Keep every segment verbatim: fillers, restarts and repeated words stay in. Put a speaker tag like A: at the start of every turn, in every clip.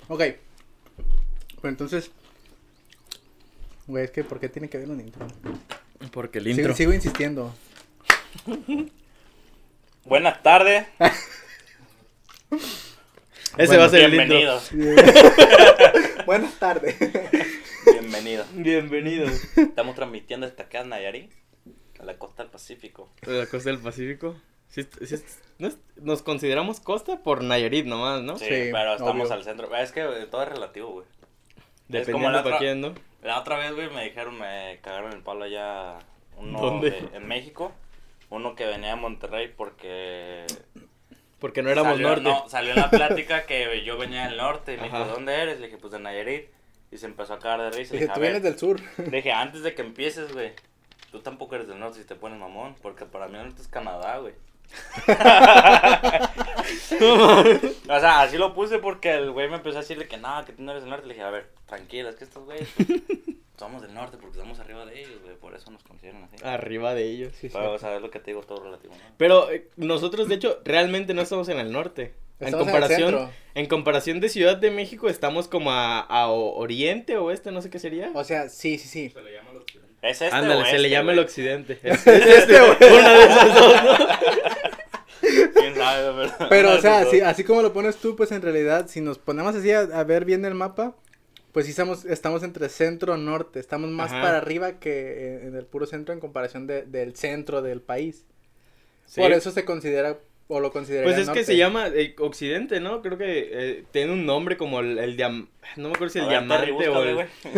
A: Ok. Pues entonces... Güey, es que ¿por qué tiene que haber un intro?
B: Porque el intro.
A: Sigo, sigo insistiendo.
C: Buenas tardes.
B: Ese
A: Bueno,
B: va a ser el intro.
C: Bienvenidos.
A: Buenas tardes.
C: Bienvenidos.
B: Bienvenidos.
C: Estamos transmitiendo desde acá en Nayarit, a la costa del Pacífico.
B: De la costa del Pacífico. Sí, sí, ¿no es- nos consideramos costa por Nayarit nomás, ¿no?
C: Sí,
A: Sí,
C: pero estamos
A: obvio.
C: al centro. Es que eh, todo es relativo, güey. Es como
B: Dependiendo
C: la
B: para
C: otra-
B: quién, ¿no?
C: La otra vez, güey, me dijeron, me cagaron el palo allá uno
B: ¿Dónde?
C: de- en México. Uno que venía de Monterrey porque...
B: Porque no éramos
C: salió,
B: norte.
C: No, salió en la plática que yo venía del norte y me dijo,
B: Ajá.
C: ¿de dónde eres? Le dije, pues de Nayarit. Y se empezó a cagar de risa. Le
A: Dije,
C: dije, a
A: tú
C: ver,
A: vienes del sur.
C: Le dije, antes de que empieces, güey, tú tampoco eres del norte si te pones mamón, porque para mí el norte es Canadá, güey. O sea, así lo puse porque el güey me empezó a decirle que no, que tú no eres del norte. Le dije, a ver, tranquila, es que estos güeyes pues, somos del norte porque estamos arriba de ellos, güey, por eso nos consideran así.
B: Arriba de ellos.
A: Sí, sí.
C: Pero, o sea, es lo que te digo, todo relativo, ¿no?
B: Pero eh, nosotros, de hecho, realmente no estamos en el norte. En
A: Estamos en el
B: comparación,
A: centro.
B: en comparación de Ciudad de México, estamos como a, a o- oriente o oeste, no sé qué sería.
A: O sea, sí, sí, sí.
C: Es este
B: Ándale,
C: o
B: se
C: este,
B: le llama
C: güey.
B: el occidente. Es, es este, una de esas dos, ¿no?
C: ¿Quién sabe, pero...
A: Pero, o
C: Esos
A: sea,
C: dos.
A: así, así como lo pones tú, pues en realidad, si nos ponemos así a, a ver bien el mapa, pues sí estamos, estamos entre centro y norte. Estamos más
B: Ajá.
A: para arriba que en el puro centro en comparación de, del centro del país.
B: Sí.
A: Por eso se considera, o lo considera
B: Pues es que se llama eh, Occidente, ¿no? Creo que eh, tiene un nombre como el, el diam... No me acuerdo si el
C: A ver,
B: diamante
C: Terry,
B: o
C: búscale,
B: el...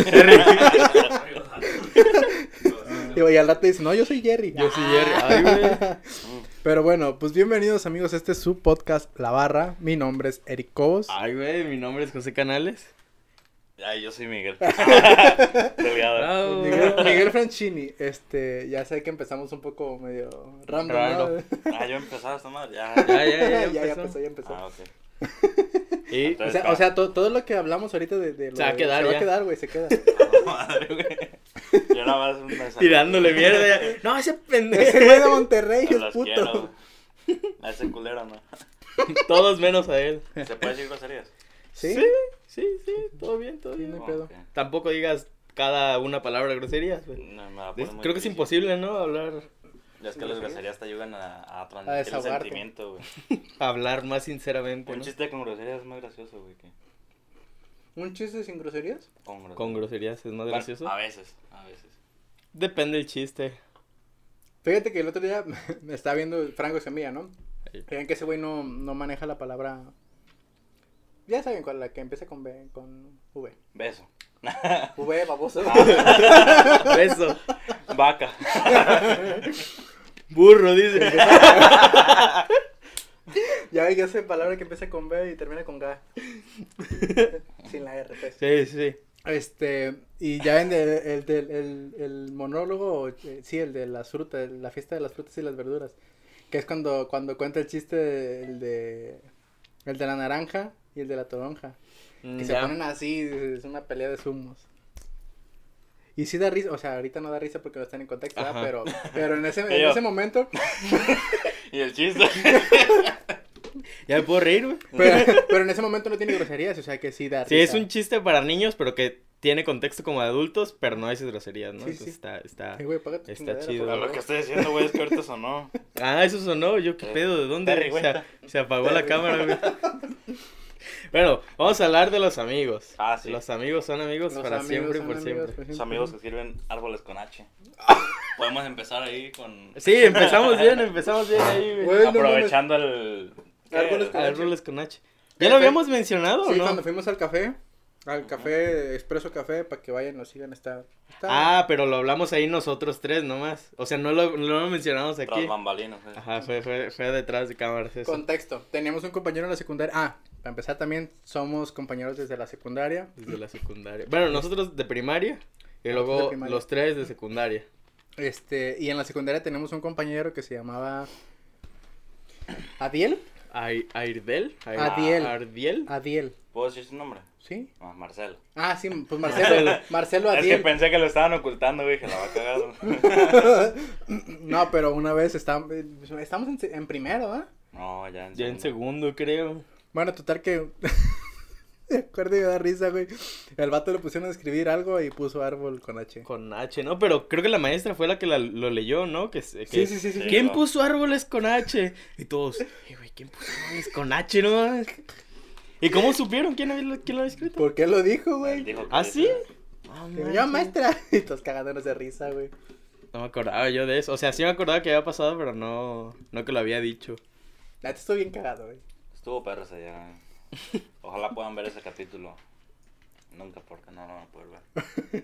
C: güey.
A: Y al rato dice, no, yo soy Jerry.
B: Yo soy Jerry. Ay, güey.
A: Pero bueno, pues bienvenidos amigos, este es su podcast La Barra. Mi nombre es Eric Cobos.
B: Ay, güey, mi nombre es José Canales.
C: Ay, yo soy Miguel. Delgado.
B: Bravo.
A: Miguel, Miguel Franchini, este, ya sé que empezamos un poco medio random,
B: Raro.
A: ¿no?
C: Ah, yo empezaba esta madre, ya.
B: Ya, ya, ya, ya,
A: ya, ya
B: empezó.
A: empezó, ya empezó.
C: Ah, ok.
B: Y
A: O
C: Entonces,
A: sea, o sea to- todo lo que hablamos ahorita de, de lo
B: Se va a
A: de-
B: quedar
A: se va
B: ya.
A: a quedar, güey, se queda.
C: madre, güey. Yo nada más me saco-
B: tirándole mierda. ya. No, ese
A: Ese
B: pendejo.
A: güey de Monterrey
C: Pero
A: es
C: los
A: puto.
C: quiero. A ese culero, ¿no?
B: Todos menos a él.
C: ¿Se puede decir groserías?
A: ¿Sí?
B: Sí, sí, sí, todo bien, todo
A: Sí,
B: bien.
A: no hay pedo.
C: Ok.
B: Tampoco digas cada una palabra groserías, güey.
C: No, me la
B: Es-
C: pone muy
B: Creo que es
C: difícil.
B: imposible, ¿no? Hablar,
C: Ya es que las groserías te ayudan a, a transmitir el
A: desahogarte.
C: sentimiento, güey.
B: hablar más sinceramente,
C: Un
B: ¿no?
C: chiste con groserías es más gracioso, güey, que
A: ¿Un chiste sin groserías?
C: con groserías.
B: Con groserías es más
C: Bueno,
B: gracioso.
C: a veces, a veces.
B: Depende del chiste.
A: Fíjate que el otro día me estaba viendo Franco Escamilla, ¿no?
B: Ahí.
A: Creían que ese güey no, no maneja la palabra... Ya saben cuál, la que empieza con B, con V.
C: Beso.
A: V, baboso.
B: Beso.
C: Vaca.
B: Burro, dice.
A: Ya ven que esa palabra que empieza con B y termina con G. Sin la R, pues.
B: Sí, sí.
A: Este, y ya ven el, el, el, el, el monólogo, eh, sí, el de las frutas, la fiesta de las frutas y las verduras. Que es cuando, cuando cuenta el chiste, el de, el de la naranja y el de la toronja. Que se
B: Ya.
A: ponen así, es una pelea de zumos. Y sí da risa, o sea, ahorita no da risa porque no están en contexto, ¿verdad?
B: Ajá.
A: Pero, pero en ese, en
C: Pero-
A: ese momento,
C: Y el chiste.
B: Ya me puedo reír, güey.
A: pero, pero en ese momento no tiene groserías, o sea que sí da risa.
B: Sí, es un chiste para niños, pero que tiene contexto como de adultos, pero no dice groserías, ¿no?
A: Sí,
B: Entonces
A: sí.
B: está, está...
A: Sí, güey, paga tu
B: Está
A: chingadera,
B: chido.
A: por
C: Pero lo
A: favor.
C: que estoy diciendo, güey, es que ahorita sonó.
B: Ah, eso sonó, yo qué
C: Eh,
B: pedo, ¿de dónde?
C: Terry,
B: se,
C: cuenta.
B: se apagó la
A: Terry.
B: cámara, güey. Bueno, vamos a hablar de los amigos.
C: Ah, sí.
B: Los amigos son amigos
A: Los
B: para
A: amigos
B: siempre y
A: son
B: por
A: amigos
B: siempre.
A: por
C: Los amigos que escriben árboles con H. Podemos empezar ahí con...
B: Sí, empezamos bien, empezamos bien ahí, güey.
A: Güey, no
C: Aprovechando el... ¿qué?
A: Árboles con H.
B: Árboles con H. ¿Ya lo habíamos mencionado
A: Sí,
B: o no?
A: cuando fuimos al café, al café, Expreso Café, para que vayan, nos sigan, está... está-
B: Ah, pero lo hablamos ahí nosotros tres nomás. O sea, no lo, no lo mencionamos
C: Tras
B: aquí.
C: bambalinas. eh.
B: Ajá, fue, fue, fue detrás de cámaras eso.
A: Contexto, teníamos un compañero en la secundaria, ah, para empezar también somos compañeros desde la secundaria.
B: Desde la secundaria. Bueno, nosotros de primaria y
A: Nosotros de
B: luego
A: primaria.
B: los tres de secundaria.
A: Este, y en la secundaria tenemos un compañero que se llamaba Adiel,
B: Ai- Airdel. Air-
A: Adiel.
B: Ardiel.
A: Adiel,
C: ¿Puedo decir su nombre?
A: ¿sí?
C: Ah, Marcelo.
A: Ah, sí, pues Marcelo, Marcelo
C: Es que
A: Adiel.
C: pensé que lo estaban ocultando, güey, que la va a cagar.
A: No, pero una vez estábamos, estamos en, se- en primero, ¿ah?
C: No, ya en
B: Ya en
C: segundo.
B: segundo, creo.
A: Bueno, total que Me acuerdo y me da risa, güey. El vato le pusieron a escribir algo y puso árbol con H.
B: Con H, ¿no? Pero creo que la maestra fue la que la, lo leyó, ¿no? Que, que,
A: Sí, sí, sí, sí.
B: ¿Quién
C: no.
B: puso árboles con H? Y todos, "Eh, güey, ¿quién puso árboles con H, no? ¿Y cómo supieron quién, había, quién lo había escrito?
A: ¿Por qué lo dijo, güey?
C: Dijo que
B: ¿Ah,
C: le-
B: sí? Ah,
A: Que
B: manches.
A: yo, maestra. Y todos cagándonos de risa, güey.
B: No me acordaba yo de eso. O sea, sí me acordaba que había pasado, pero no, no que lo había dicho.
A: La neta estoy bien cagado, güey.
C: Estuvo perro ese día. eh. Ojalá puedan ver ese capítulo. Nunca, porque no lo van a poder ver.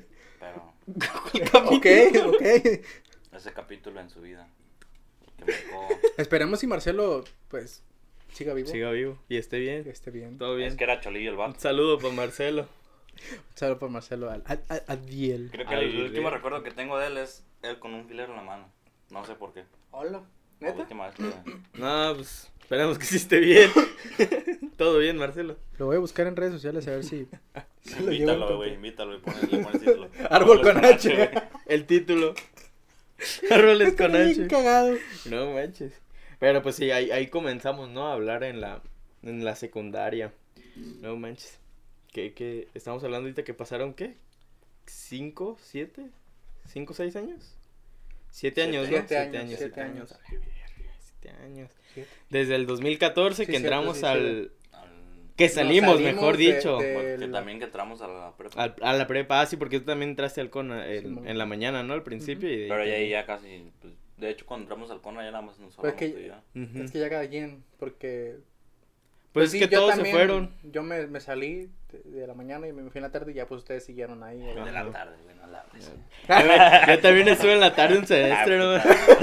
C: Pero
A: Ok, ok.
C: ese capítulo en su vida. Que marcó.
A: Esperemos si Marcelo, pues, siga vivo.
B: Siga vivo y esté
A: Que
B: bien.
A: esté bien.
B: Todo bien.
C: Es que era cholillo el
B: Un
C: vato.
B: saludo para Marcelo.
A: Saludos por Marcelo. Al, al, al- Adiel.
C: Creo que
B: Ay,
C: el último
B: re-
C: recuerdo que tengo de él es él con un filero en la mano. No sé por qué.
A: Hola.
C: La
A: ¿Neta?
C: última vez que.
B: No, pues esperemos que sí esté bien. Todo bien, Marcelo.
A: Lo voy a buscar en redes sociales a ver si... si lo llevo a
C: Invítalo,
A: encontrar.
C: güey, invítalo y ponle, le pones título.
A: Árbol con H.
C: güey.
B: El título. Árboles
A: Está
B: con
A: bien
B: H.
A: cagado.
B: No manches. Pero pues sí, ahí, ahí comenzamos, ¿no? A hablar en la, en la secundaria. No manches. ¿Qué, qué? Estamos hablando ahorita que pasaron, ¿qué? ¿Cinco? ¿Siete? ¿Cinco, seis años? Siete
C: Siete.
B: años, ¿no?
A: Siete
B: Siete
A: años,
B: años,
A: siete
B: siete
A: años.
B: años. Ay, verga, siete años.
A: Siete.
B: Desde el dos mil catorce
A: Sí,
B: que
A: cierto,
B: entramos
A: sí,
B: al...
C: Al-
B: Que
A: Nos
B: salimos,
A: salimos
B: mejor
A: de-
B: dicho.
A: de-
C: Porque
A: El-
C: también que entramos a la prepa.
B: Al- a la prepa, ah, sí, porque tú también entraste al CONA en,
A: Simón.
B: en la mañana, ¿no? Al principio. y de ahí
C: Pero ya
B: te-
C: ahí ya casi. Pues, de hecho, cuando entramos al cono ya nada más nos
A: Pues
C: hablamos
A: que-
C: tú y yo.
B: Ujú.
A: Es que ya cada quien, porque...
B: Pues,
A: sí,
B: es que
A: yo
B: todos
A: también-
B: se fueron.
A: Yo me, me salí de, de la mañana y me fui en la tarde y ya pues ustedes siguieron ahí.
C: De
A: güey.
C: la tarde, güey, no la hables.
B: Yo también estuve en la tarde un semestre, ¿no?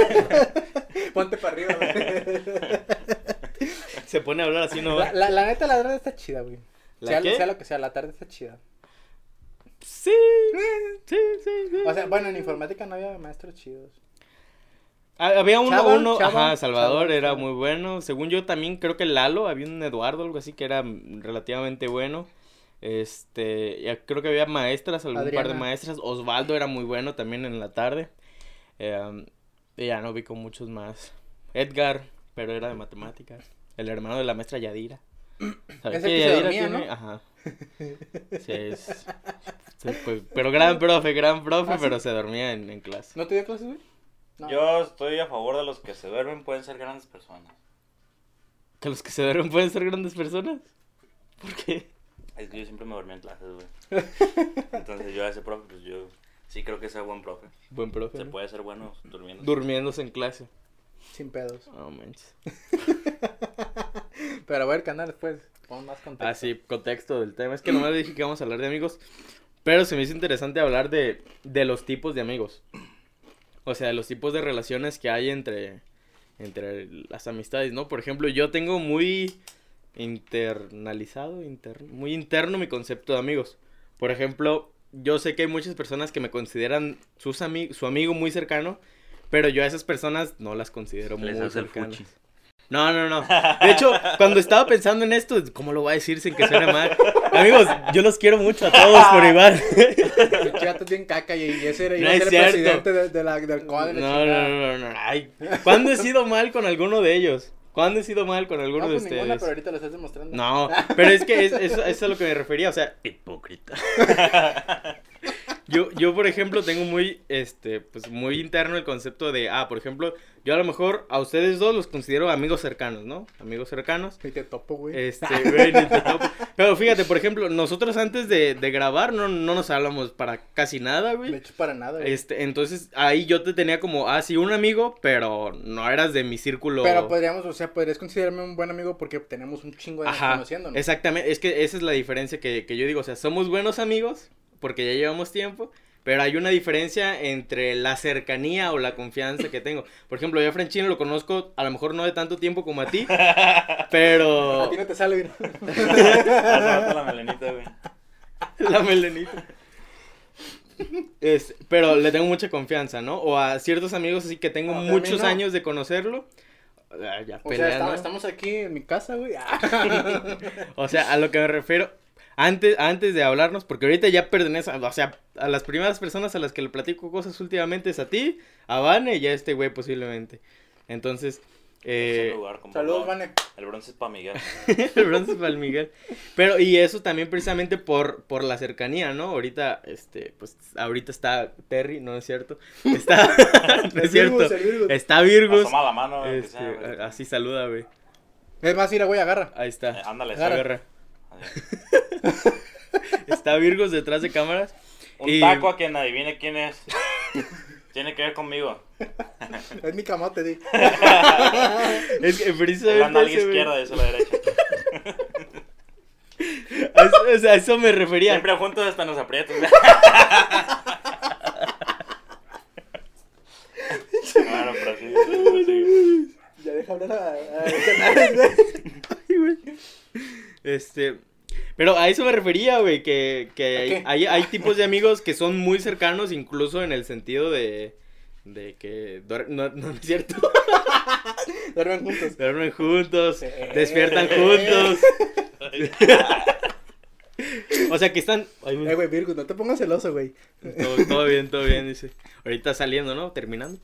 A: Ponte para arriba, güey.
B: Se pone a hablar así, ¿no?
A: La, la, la neta, la tarde está chida, güey.
B: ¿La
A: Sea,
B: qué?
A: sea lo que sea, la tarde está chida.
B: Sí, sí, sí, sí.
A: O sea, bueno, en informática no había maestros chidos.
B: Ah, había uno,
A: Chava,
B: uno,
A: Chava,
B: ajá, Salvador
A: Chava,
B: era
A: Chava.
B: muy bueno. Según yo también creo que Lalo, había un Eduardo, algo así, que era mm, relativamente bueno. Este, ya creo que había maestras, algún par de
A: Adriana.
B: maestras. Osvaldo era muy bueno también en la tarde. Eh, y ya no vi con muchos más. Edgar, pero era de matemáticas. El hermano de la maestra Yadira. ¿Sabes
A: Ese que se dormía,
B: tiene?
A: ¿no?
B: Ajá. Sí, es... sí, pues, pero gran profe, gran profe,
A: ¿Ah, sí?
B: pero se dormía en, en clase.
A: ¿No te dio clases, güey? No.
C: Yo estoy a favor de los que se duermen, pueden ser grandes personas.
B: ¿Que los que se duermen pueden ser grandes personas? ¿Por qué?
C: Es que yo siempre me dormía en clases, güey. Entonces yo a ese profe, pues yo sí creo que sea buen profe.
B: Buen profe.
C: Se
B: ¿no?
C: puede ser bueno durmiendo.
B: Durmiéndose en clase.
A: Sin pedos.
B: No manches.
A: Pero a ver, canal después. Pon más contexto.
B: Ah, sí, contexto del tema. Es que nomás dije que vamos a hablar de amigos. Pero se me hizo interesante hablar de, de los tipos de amigos. O sea, de los tipos de relaciones que hay entre, entre las amistades, ¿no? Por ejemplo, yo tengo muy internalizado, interno, muy interno mi concepto de amigos. Por ejemplo, yo sé que hay muchas personas que me consideran sus ami- su amigo muy cercano, pero yo a esas personas no las considero
C: Les
B: muy
C: hace el
B: cercanas.
C: fuchi.
B: No, no, no. De hecho, cuando estaba pensando en esto, ¿cómo lo voy a decir sin que suene mal? Amigos, yo los quiero mucho a todos por igual.
A: El chato es bien caca y, y ese era,
B: No
A: iba a
B: es
A: ser el
B: cierto.
A: presidente de, de la, del C O A de
B: No,
A: la
B: no,
A: chingada.
B: no, no, no. Ay, ¿cuándo he sido mal con alguno de ellos? ¿Cuándo he sido mal con alguno
A: No,
B: de
A: pues ninguna,
B: ustedes?
A: pero ahorita lo estás demostrando.
B: No, pero es que es, es, es a lo que me refería, o sea, hipócrita. Yo, yo, por ejemplo, tengo muy, este, pues, muy interno el concepto de, ah, por ejemplo, yo a lo mejor a ustedes dos los considero amigos cercanos, ¿no? Amigos cercanos.
A: Y te topo, güey.
B: Este, güey, ni te topo. Pero fíjate, por ejemplo, nosotros antes de, de grabar no, no nos hablamos para casi nada,
A: De
B: güey.
A: hecho, para nada, güey.
B: Este, entonces ahí yo te tenía como, ah, sí, un amigo, pero no eras de mi círculo.
A: Pero podríamos, o sea, podrías considerarme un buen amigo porque tenemos un chingo de años
B: Ajá,
A: conociéndonos.
B: exactamente, es que esa es la diferencia que, que yo digo, o sea, somos buenos amigos porque ya llevamos tiempo, pero hay una diferencia entre la cercanía o la confianza que tengo. Por ejemplo, yo a Franchino lo conozco a lo mejor no de tanto tiempo como a ti, pero...
A: A ti no te sale, güey.
C: Hace la melenita, güey.
B: La melenita. Es, pero le tengo mucha confianza, ¿no? O a ciertos amigos así que tengo
A: No, a mí
B: muchos
A: no.
B: años de conocerlo. Ah, ya
A: O
B: pelea,
A: sea, estamos,
B: ¿no?
A: estamos aquí en mi casa, güey.
B: O sea, a lo que me refiero, antes, antes de hablarnos, porque ahorita ya pertenece, a- o sea, a las primeras personas a las que le platico cosas últimamente es a ti, a Vane y a este güey posiblemente. Entonces, Eh,
C: Ese lugar, como
A: Saludos,
C: no,
A: Vane.
C: El bronce es para Miguel.
B: el bronce para el Miguel. Pero, y eso también precisamente por, por la cercanía, ¿no? Ahorita, este, pues, ahorita está Terry, no es cierto. Está, no es cierto.
A: Virgus, el Virgus.
B: Está Virgus.
C: Asoma la mano, aunque
B: Este,
C: sea, güey.
B: a- así saluda, güey.
A: Es más, mira, güey, agarra.
B: Ahí está.
C: Eh, ándale,
A: Agarra.
B: Agarra.
C: Así.
B: Está Virgus detrás de cámaras.
C: Un
B: Y-
C: taco a quien adivine quién es. Tiene que ver conmigo.
A: Es mi camote, di.
B: Es que
C: Es la
B: precisamente
C: nalga
B: ese, güey.
C: izquierda y eso la derecha.
B: A eso, o sea, a eso me refería.
C: Siempre juntos hasta nos aprietos. Bueno, pero sí, sí, sí.
A: Ya deja hablar a, a canales, güey.
B: Ay, güey. Este, pero a eso me refería, güey, que, que
A: ¿A
B: hay,
A: qué?
B: hay, hay tipos de amigos que son muy cercanos, incluso en el sentido de, de que, duer- no, no, no es cierto,
A: Duermen juntos.
B: duermen juntos,
A: Eh.
B: despiertan juntos, o sea que están, ay, güey,
A: Eh, güey, Virgus, no te pongas celoso, güey.
B: todo, todo bien, todo bien, dice, ahorita saliendo, ¿no? Terminando.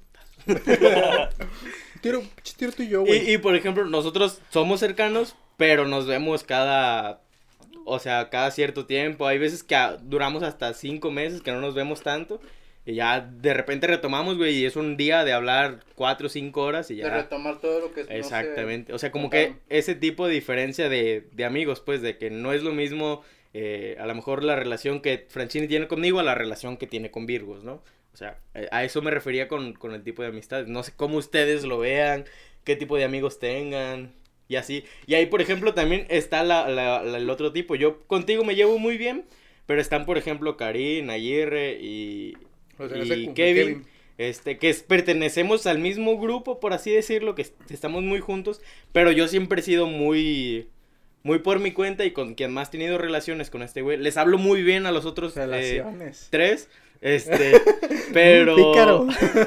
A: Tiro, pinche tiro tú y yo, güey.
B: Y, y por ejemplo, nosotros somos cercanos, pero nos vemos cada, o sea, cada cierto tiempo. Hay veces que ah, duramos hasta cinco meses que no nos vemos tanto. Y ya de repente retomamos, güey, y es un día de hablar cuatro o cinco horas y
A: De
B: ya.
A: retomar todo lo que no se-
B: Exactamente. O sea, como que
A: contaron.
B: ese tipo de diferencia de, de amigos, pues, de que no es lo mismo, eh, a lo mejor la relación que Franchini tiene conmigo a la relación que tiene con Virgos, ¿no? O sea, eh, a eso me refería con, con el tipo de amistades. No sé cómo ustedes lo vean, qué tipo de amigos tengan y así. Y ahí, por ejemplo, también está la, la- la- el otro tipo. Yo contigo me llevo muy bien, pero están, por ejemplo, Karim, Aguirre y,
A: O sea,
B: y
A: ese cu-
B: Kevin, este, que es- pertenecemos al mismo grupo, por así decirlo, que est- estamos muy juntos, pero yo siempre he sido muy, muy por mi cuenta y con quien más he tenido relaciones con este güey. Les hablo muy bien a los otros eh,
A: Relaciones.
B: tres, este, pero...
A: Pícaro.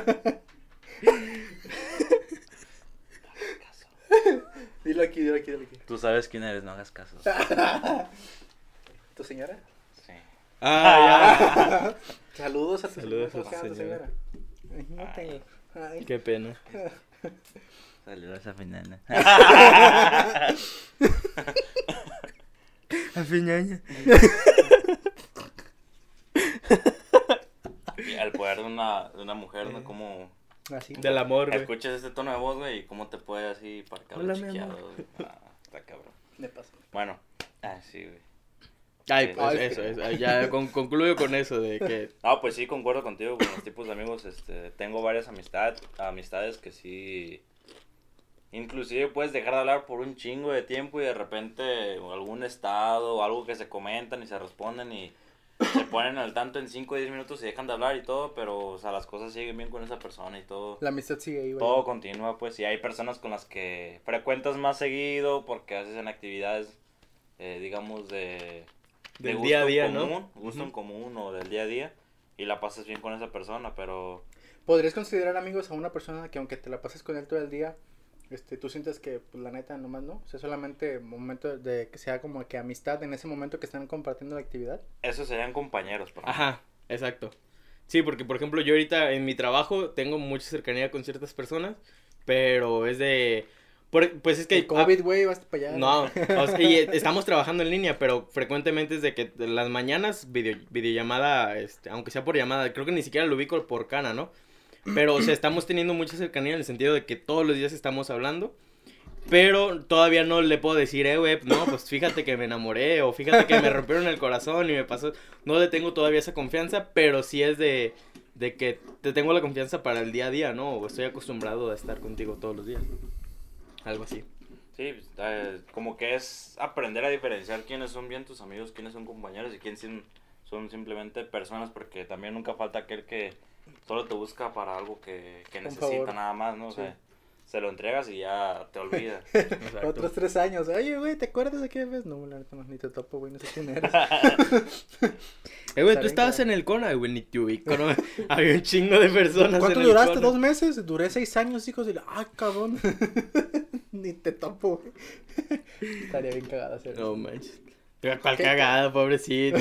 A: Dilo aquí, dilo aquí, dilo aquí.
C: Tú sabes quién eres, no hagas caso.
A: ¿Tu señora?
C: Sí.
B: Ah,
A: Saludos a tu
B: Saludos
A: señora.
B: a tu
A: tu
B: señora.
A: Ay, no tengo. Ay.
B: ya, qué pena.
C: Saludos a Fernanda.
B: A Fiñaña.
C: Y al poder de una, de una mujer, ¿no?
A: Eh.
C: Como
A: Así.
B: Del amor, güey.
C: escuchas este tono de voz, güey, y cómo te puede así parcar
B: Hola, mi
C: chiqueado.
B: amor.
C: güey. Ah, está cabrón.
A: Me pasa.
C: Bueno, ah, sí, güey.
B: Ay, pues
A: Ay,
B: eso, eso, ya con- concluyo con eso de que...
C: No, pues sí, concuerdo contigo con los tipos de amigos. Este, tengo varias amistad, amistades que sí. Inclusive puedes dejar de hablar por un chingo de tiempo y de repente algún estado o algo que se comentan y se responden y se ponen al tanto en cinco o diez minutos y dejan de hablar y todo, pero o sea, las cosas siguen bien con esa persona y todo.
A: La amistad sigue ahí, güey.
C: Todo continúa, pues, y hay personas con las que frecuentas más seguido porque haces en actividades, eh, digamos, de... de
B: Del
C: gusto
B: día a
C: en
B: día, ¿no?
C: común, gusto en común o del día a día, y la pasas bien con esa persona, pero...
A: ¿Podrías considerar amigos a una persona que aunque te la pases con él todo el día, este, tú sientes que, pues, la neta, nomás no? O sea, solamente momento de que sea como que amistad en ese momento que están compartiendo la actividad.
C: Esos serían compañeros, por ejemplo.
B: Ajá, exacto. Sí, porque por ejemplo yo ahorita en mi trabajo tengo mucha cercanía con ciertas personas, pero es de... por- pues es que...
A: El COVID, güey, vas para allá.
B: No, o sea, y estamos trabajando en línea, pero frecuentemente es de que de las mañanas video, videollamada, este, aunque sea por llamada, creo que ni siquiera lo ubico por cana, ¿no? Pero, o sea, estamos teniendo mucha cercanía en el sentido de que todos los días estamos hablando, pero todavía no le puedo decir, eh, güey, no, pues fíjate que me enamoré, o fíjate que me rompieron el corazón y me pasó, no le tengo todavía esa confianza, pero sí es de, de que te tengo la confianza para el día a día, ¿no? O estoy acostumbrado a estar contigo todos los días, algo así.
C: Sí, eh, como que es aprender a diferenciar quiénes son bien tus amigos, quiénes son compañeros y quiénes son, son simplemente personas, porque también nunca falta aquel que solo te busca para algo que, que
A: Un
C: necesita
A: favor.
C: nada más, ¿no? O
A: Sí.
C: sea, se lo entregas y ya te olvidas.
B: Exacto.
A: Otros tres años. Oye, güey, ¿te acuerdas de qué vez? No, la neta, no, ni te topo, güey, no sé quién eres.
B: Eh, güey,
A: Está
B: tú
A: bien,
B: estabas
A: cabrón.
B: en el Cona, güey, ni te ubico, ¿no? Había un chingo de personas
A: ¿Cuánto
B: en el
A: duraste?
B: Cona.
A: ¿Dos meses? Duré seis años, hijos. Y la... Ah, cabrón. Ni te topo, güey. Estaría bien cagada hacer
B: No
A: eso.
B: manches. Cuál
A: ¿Qué?
B: cagada, pobrecito.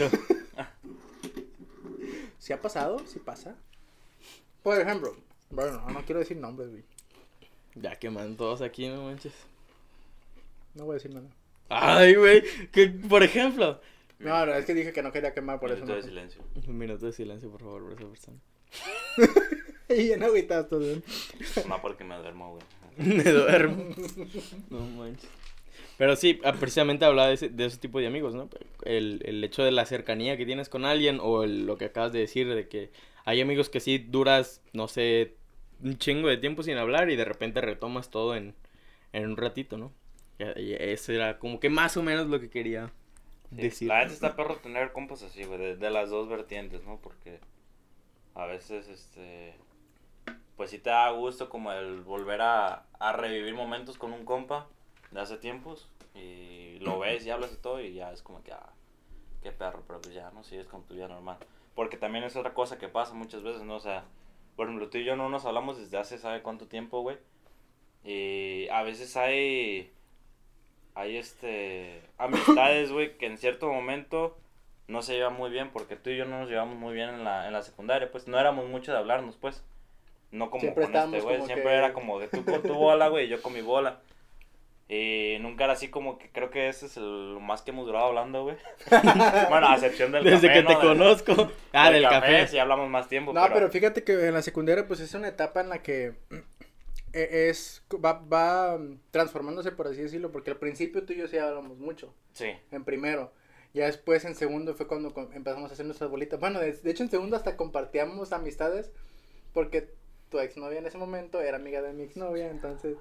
A: ¿Sí ha pasado? ¿Sí pasa? Por ejemplo, bueno, no, no quiero decir nombres, güey.
B: Ya queman todos aquí, no manches.
A: No voy a decir nada.
B: Ay, güey, que por ejemplo.
A: No, no, es que dije que no quería quemar, por eso
C: Minuto
A: no.
C: de silencio.
B: Un minuto de silencio, por favor, por esa persona.
A: Y ya no agüitas todo. ¿Eh?
C: No, porque me duermo, güey.
B: Me duermo. No manches. Pero sí, ah, precisamente hablaba de ese, de ese tipo de amigos, ¿no? El, el hecho de la cercanía que tienes con alguien o el- lo que acabas de decir de que hay amigos que sí duras, no sé, un chingo de tiempo sin hablar y de repente retomas todo en, en un ratito, ¿no? Y- y eso era como que más o menos lo que quería
C: Sí,
B: decir.
C: la neta está perro tener compas así, güey, de, de las dos vertientes, ¿no? Porque a veces, este, pues sí te da gusto como el volver a, a revivir momentos con un compa de hace tiempos y lo ves y hablas de todo y ya es como que, ah, qué perro, pero pues ya, ¿no? Sigues con tu vida normal. Porque también es otra cosa que pasa muchas veces, ¿no? O sea, por ejemplo, tú y yo no nos hablamos desde hace, ¿sabe cuánto tiempo, güey? Y a veces hay... Hay este amistades, güey, que en cierto momento no se llevan muy bien porque tú y yo no nos llevamos muy bien en la, en la secundaria, pues no éramos mucho de hablarnos, pues. No como
A: Siempre
C: con este,
A: estábamos
C: güey,
A: como
C: siempre
A: que-
C: era como de tú con tu bola, güey, y yo con mi bola. Y nunca era así como que creo que ese es el, lo más que hemos durado hablando, güey. Bueno, a excepción del
B: Desde
C: café,
B: que
C: ¿no?
B: te
C: Del-
B: conozco. Ah, del, café.
C: Sí, hablamos más tiempo,
A: No, pero fíjate que en la secundaria pues es una etapa en la que eh, es va, va transformándose, por así decirlo, porque al principio tú y yo sí hablamos mucho,
C: Sí.
A: en primero. Ya después en segundo fue cuando com- empezamos a hacer nuestras bolitas. Bueno, de, de hecho en segundo hasta compartíamos amistades porque tu exnovia en ese momento era amiga de mi exnovia, entonces...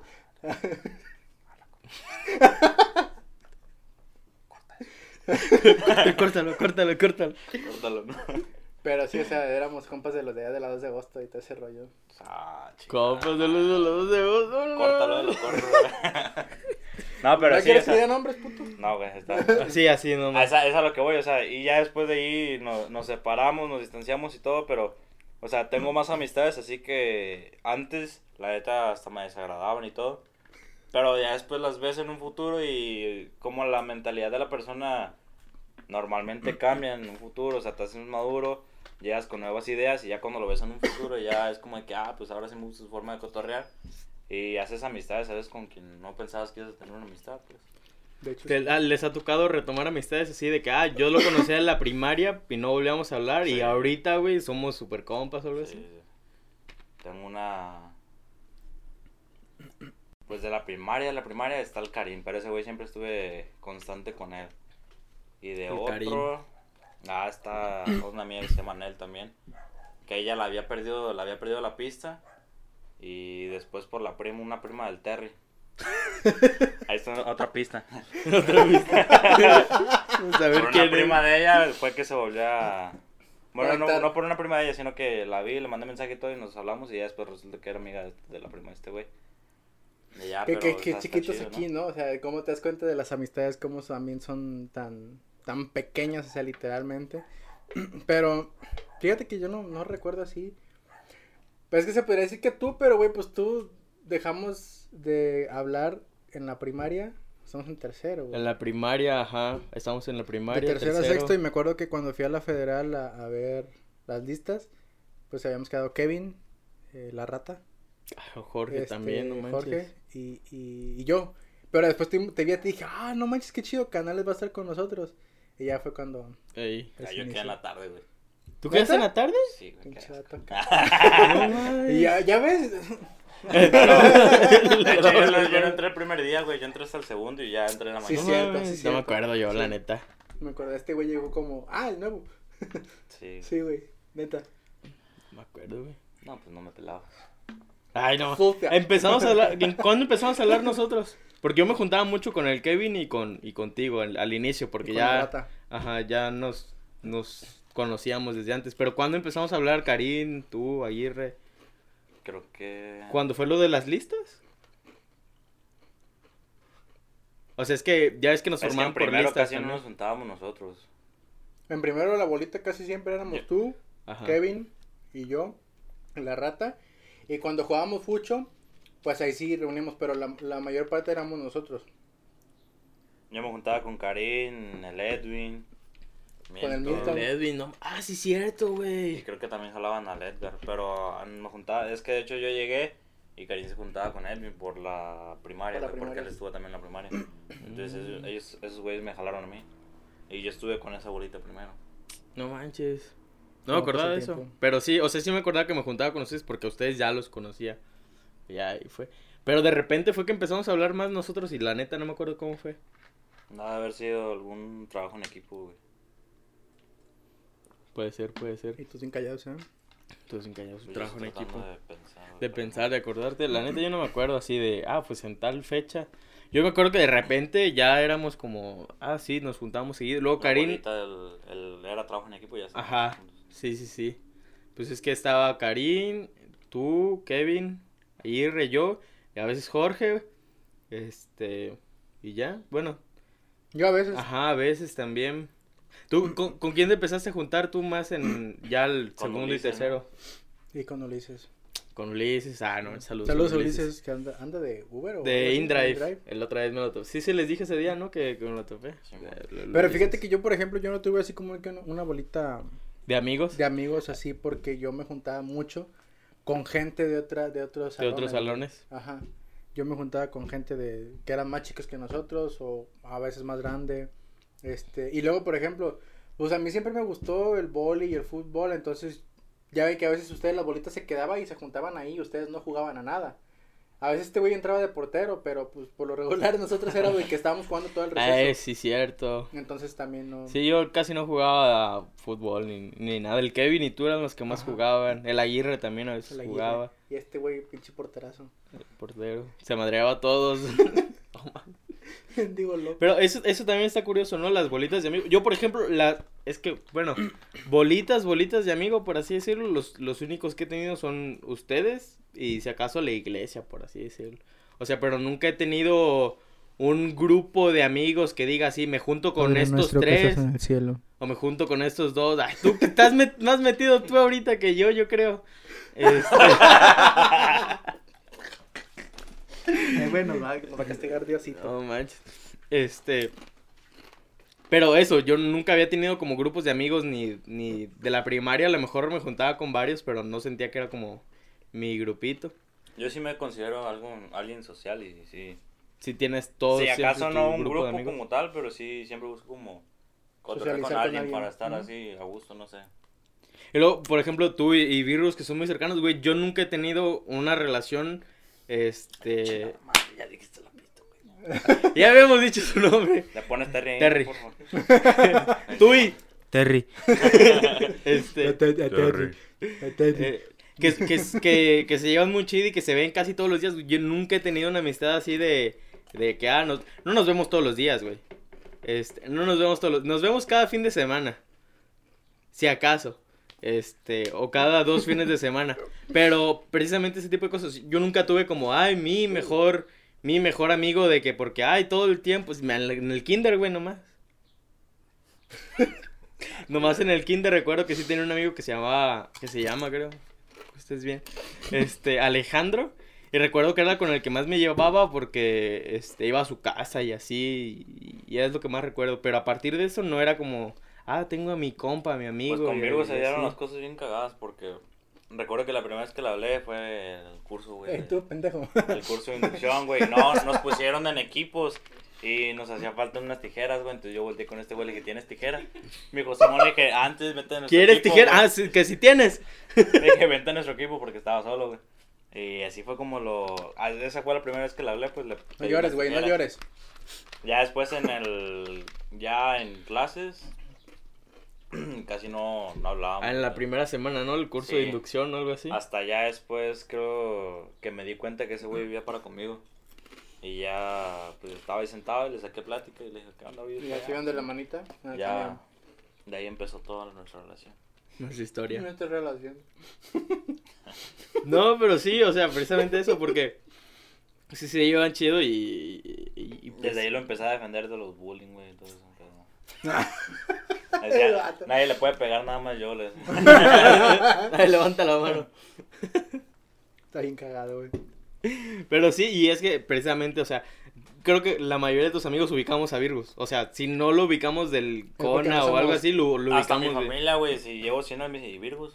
B: Córtalo, córtalo, córtalo.
C: Córtalo, ¿no?
A: Pero sí, o sea, éramos compas de los días de la dos de agosto y todo ese rollo.
C: Ah, chica.
B: Compas de los de los de los.
C: Córtalo, lo corto, güey. No, pero
A: ¿No
C: sí,
A: quieres
C: o
A: que
C: sea,
A: diga nombres, puto?
C: no, güey, está...
B: Sí, así
C: A
B: nomás.
C: esa, es a lo que voy, o sea, y ya después de ahí nos, nos separamos, nos distanciamos y todo, pero, o sea, tengo más amistades, así que antes, la neta, hasta me desagradaban y todo, pero ya después las ves en un futuro y como la mentalidad de la persona normalmente cambia en un futuro, o sea, te haces más maduro, llegas con nuevas ideas y ya cuando lo ves en un futuro ya es como de que, ah, pues ahora sí me gusta su forma de cotorrear y haces amistades, ¿sabes? Con quien no pensabas que ibas a tener una amistad, pues.
A: De hecho,
B: Te-
A: sí.
B: ah, les ha tocado retomar amistades así de que, ah, yo lo conocía en la primaria y no volvíamos a hablar y
C: Sí.
B: ahorita, güey, somos super compas o algo
C: Sí,
B: así.
C: sí. Tengo una... Pues de la primaria, de la primaria está el Karim, pero ese güey siempre estuve constante con él. Y de
B: El
C: otro...
B: Karim.
C: Ah, está una amiga que se llama Nel también. Que ella la había perdido, la había perdido la pista. Y después por la prima, una prima del Terry. Ahí está otra pista.
B: Otra vez. Vamos a ver
C: Por
B: quién
C: una
B: es.
C: prima de ella fue que se volvió a... Bueno, no,
A: Conectar.
C: no por una prima de ella, sino que la vi, le mandé mensaje y todo y nos hablamos y ya después resulta que era amiga de, de la prima de este güey. Y ya,
A: Que,
C: pero
A: que,
C: está-
A: que
C: está
A: chiquitos
C: chido,
A: aquí, ¿no? O sea, cómo te das cuenta de las amistades, cómo también son tan, tan pequeñas, o sea, literalmente. Pero, fíjate que yo no, no recuerdo así. Pues es que se podría decir que tú, pero güey, pues tú dejamos de hablar en la primaria. Estamos en tercero, güey.
B: En la primaria, ajá, estamos en la
A: De
B: primaria.
A: tercero a
B: tercero.
A: sexto, y me acuerdo que cuando fui a la federal a, a ver las listas, pues habíamos quedado Kevin, eh, la rata.
B: Ah, Jorge
A: este,
B: también, no manches.
A: Jorge y, y, y yo. Pero después te, te vi a ti y dije, ah, no manches, qué chido, Canales va a estar con nosotros. Y ya fue cuando...
B: Ey.
C: Ya,
A: Ese
C: yo quedé
A: inicio.
C: en la tarde, güey.
B: ¿Tú quedaste en
A: ¿Neta?
B: la tarde?
C: Sí, güey.
A: Pinche
C: quedé.
A: vato.
B: No mames.
A: Y ya, ya ves.
C: De hecho, yo, no- yo no entré el primer día, güey. Yo entré hasta el segundo y ya entré en la
A: Sí,
B: No
C: mañana.
A: cierto,
B: mames,
A: sí,
B: No me
A: cierto.
B: acuerdo yo, la
A: Sí.
B: neta.
A: Me acuerdo, este güey llegó como, ah, el nuevo.
C: Sí.
A: Sí, güey, neta.
B: No me acuerdo, güey.
C: No, pues no me pelaba.
B: Ay, no.
A: Puta.
B: Empezamos a hablar. ¿en- ¿Cuándo empezamos a hablar nosotros? Porque yo me juntaba mucho con el Kevin y con y contigo al, al inicio, porque
A: Y con la
B: ya.
A: rata.
B: Ajá, ya nos, nos conocíamos desde antes. Pero ¿cuándo empezamos a hablar, Karim, tú, Aguirre?
C: Creo que...
B: ¿Cuándo fue lo de las listas? O sea, es que ya ves que nos
C: Es que en
B: formaban por
C: primero
B: listas
C: casi no
B: también.
C: nos juntábamos nosotros.
A: En primero la bolita casi siempre éramos
C: Yo-
A: tú,
B: Ajá.
A: Kevin y yo, la rata. Y cuando jugábamos fucho, pues ahí sí reunimos, pero la, la mayor parte éramos nosotros.
C: Yo me juntaba con Karim, el Edwin,
A: Con el Milton.
B: El Edwin, no. Ah, sí, cierto,
C: Y
B: güey.
C: creo que también jalaban al Edgar, pero ah, me juntaba, es que de hecho yo llegué Y Karim se juntaba con Edwin por la primaria,
A: Por la
C: güey, porque
A: primaria.
C: él estuvo también en la primaria. Entonces ellos, ellos- esos güeyes me jalaron a mí. Y yo estuve con esa bolita primero.
B: No manches. No
A: ¿Cómo
B: me acordaba
A: pasa
B: de
A: el
B: eso.
A: tiempo?
B: Pero sí, o sea, sí me acordaba que me juntaba con ustedes porque a ustedes ya los conocía. Ya ahí fue. Pero de repente fue que empezamos a hablar más nosotros y la neta no me acuerdo cómo fue.
C: Nada de haber sido algún trabajo en equipo, güey.
B: Puede ser, puede ser.
A: Y tú sin callados, ¿eh?
B: Entonces encañado su
C: Yo
B: trabajo en
C: estoy
B: equipo.
C: tratando De pensar, güey,
B: De
C: pero
B: pensar, de acordarte. La neta yo no me acuerdo así de, ah, pues en tal fecha. Yo me acuerdo que de repente ya éramos como, ah, sí, nos juntamos seguido. Luego
C: la
B: Karim,
C: bolita, el, el- era trabajo en equipo y ya está.
B: ajá, sí, sí, sí. Pues es que estaba Karim, tú, Kevin, Aguirre, yo, y a veces Jorge, este, y ya, bueno,
A: Yo a veces,
B: ajá, a veces también. ¿Tú, con, con quién te empezaste a juntar tú más en, ya el
C: Con
B: segundo y
C: Ulises,
B: tercero?
A: y con Ulises.
B: Con Ulises, ah, no, saludos.
A: Saludos a Ulises, que anda, anda de Uber o algo
B: De
A: así,
B: InDrive. El otra vez me lo topé. Sí, se les dije ese día, ¿no? Que, que me lo topé.
C: Sí, bueno.
B: Lo- lo
A: Pero
B: Ulises.
A: fíjate que yo, por ejemplo, yo no tuve así como que una bolita
B: ¿De amigos?
A: de amigos así porque yo me juntaba mucho con gente de otra de otros
B: ¿De
A: salones.
B: otros
A: güey.
B: salones?
A: Ajá. Yo me juntaba con gente de que eran más chicos que nosotros o a veces más grande. Este, y luego, por ejemplo, pues a mí siempre me gustó el vóley y el fútbol, entonces ya ve que a veces ustedes las bolitas se quedaban y se juntaban ahí y ustedes no jugaban a nada. A veces este güey entraba de portero, pero pues por lo regular nosotros era güey que estábamos jugando todo el receso.
B: Eh, sí, cierto.
A: Entonces también no.
B: Sí, yo casi no jugaba a fútbol ni, ni nada. El Kevin y tú eran los que más
A: Ajá.
B: jugaban. El Aguirre también a veces
A: el Aguirre.
B: jugaba.
A: Y este güey, pinche porterazo.
B: El portero. Se madreaba a todos.
A: Digo loco.
B: Pero eso, eso también está curioso, ¿no? Las bolitas de amigo. Yo, por ejemplo, la es que, bueno, bolitas, bolitas de amigo, por así decirlo, los, los únicos que he tenido son ustedes y si acaso la iglesia, por así decirlo. O sea, pero nunca he tenido un grupo de amigos que diga así, me junto con
A: Padre
B: estos
A: nuestro que
B: tres
A: estás en el cielo.
B: o me junto con estos dos. Ay, tú que estás met- más metido tú ahorita que yo, yo creo. Este...
A: Eh, bueno, va, nos va a castigar Diosito.
B: No manches. Este. Pero eso, yo nunca había tenido como grupos de amigos ni, ni de la primaria. A lo mejor me juntaba con varios, pero no sentía que era como mi grupito.
C: Yo sí me considero algo, alguien social y sí.
B: Si tienes todo.
C: Si
B: siempre
C: acaso
B: tu
C: no un
B: grupo
C: grupo
B: de amigos.
C: como tal, pero sí siempre busco como cotorrear
A: Socializar
C: con
A: con
C: alguien
A: alguien.
C: para estar
A: Ujú.
C: así a gusto, no sé.
B: Y luego, por ejemplo, tú y, y Virus, que son muy cercanos, güey. Yo nunca he tenido una relación. Este.
C: Ya dijiste la pista, güey.
B: Ya habíamos dicho su nombre.
C: Le pones Terry ahí,
B: Terry.
C: por favor.
B: Tú y. Terry. este.
A: Terry.
B: Eh, que, que, que, que se llevan muy chido y que se ven casi todos los días. Yo nunca he tenido una amistad así de, de que, ah, nos, no nos vemos todos los días, güey. Este, no nos vemos todos los, nos vemos cada fin de semana. Si acaso. Este, o cada dos fines de semana. Pero precisamente ese tipo de cosas, yo nunca tuve como, ay, mi mejor, mi mejor amigo de que, porque, ay, todo el tiempo, pues, me- en el kinder, güey, nomás. Nomás en el kinder recuerdo que sí tenía un amigo que se llamaba, que se llama, creo, estés bien, este, Alejandro, y recuerdo que era con el que más me llevaba porque, este, iba a su casa y así, y, y es lo que más recuerdo, pero a partir de eso no era como, ah, tengo a mi compa, a mi amigo.
C: Pues conmigo
B: y-
C: se
B: y
C: dieron
B: así.
C: las cosas bien cagadas porque recuerdo que la primera vez que le hablé fue el curso, güey.
A: Eh, tú, pendejo.
C: El curso de inducción, güey. No, nos pusieron en equipos y nos hacía falta unas tijeras, güey. Entonces yo volteé con este güey, le dije, ¿tienes tijera? Me dijo, Simón, le dije, antes vete a nuestro
B: ¿Quieres
C: equipo,
B: tijera?
C: güey.
B: Ah, sí, que si tienes.
C: Le dije, vente a nuestro equipo porque estaba solo, güey. Y así fue como lo... ah, esa fue la primera vez que le hablé, pues le...
A: No
C: pedí
A: llores,
C: unas
A: güey, no
C: tijeras.
A: llores.
C: Ya después en el... Ya en clases... Casi no, no hablábamos.
B: Ah, en la
C: güey.
B: primera semana, ¿no? El curso
C: Sí.
B: de inducción o algo así.
C: Hasta ya después creo que me di cuenta que ese güey vivía para conmigo. Y ya, pues estaba ahí sentado y le saqué plática y le dije, ¿qué onda, güey?
A: Y así van de la manita. en el
C: Ya,
A: camión.
C: de ahí empezó toda nuestra relación.
B: Nuestra historia.
A: Nuestra relación.
B: No, pero sí, o sea, precisamente eso, porque sí se llevan chido y... y- y, pues,
C: Desde ahí lo empecé a defender de los bullying, güey, entonces...
A: El
C: Decía,
A: vato.
C: nadie le puede pegar, nada más yo, le decía.
B: Ay, levanta la mano.
A: Está bien cagado, güey.
B: Pero sí, y es que precisamente, o sea, creo que la mayoría de tus amigos ubicamos a Virgus. O sea, si no lo ubicamos del
A: porque
B: Cona
A: no
B: o algo
A: somos-
B: así, lo, lo
C: Hasta mi
B: ubicamos de...
C: familia, güey, si llevo cien años y Virgus.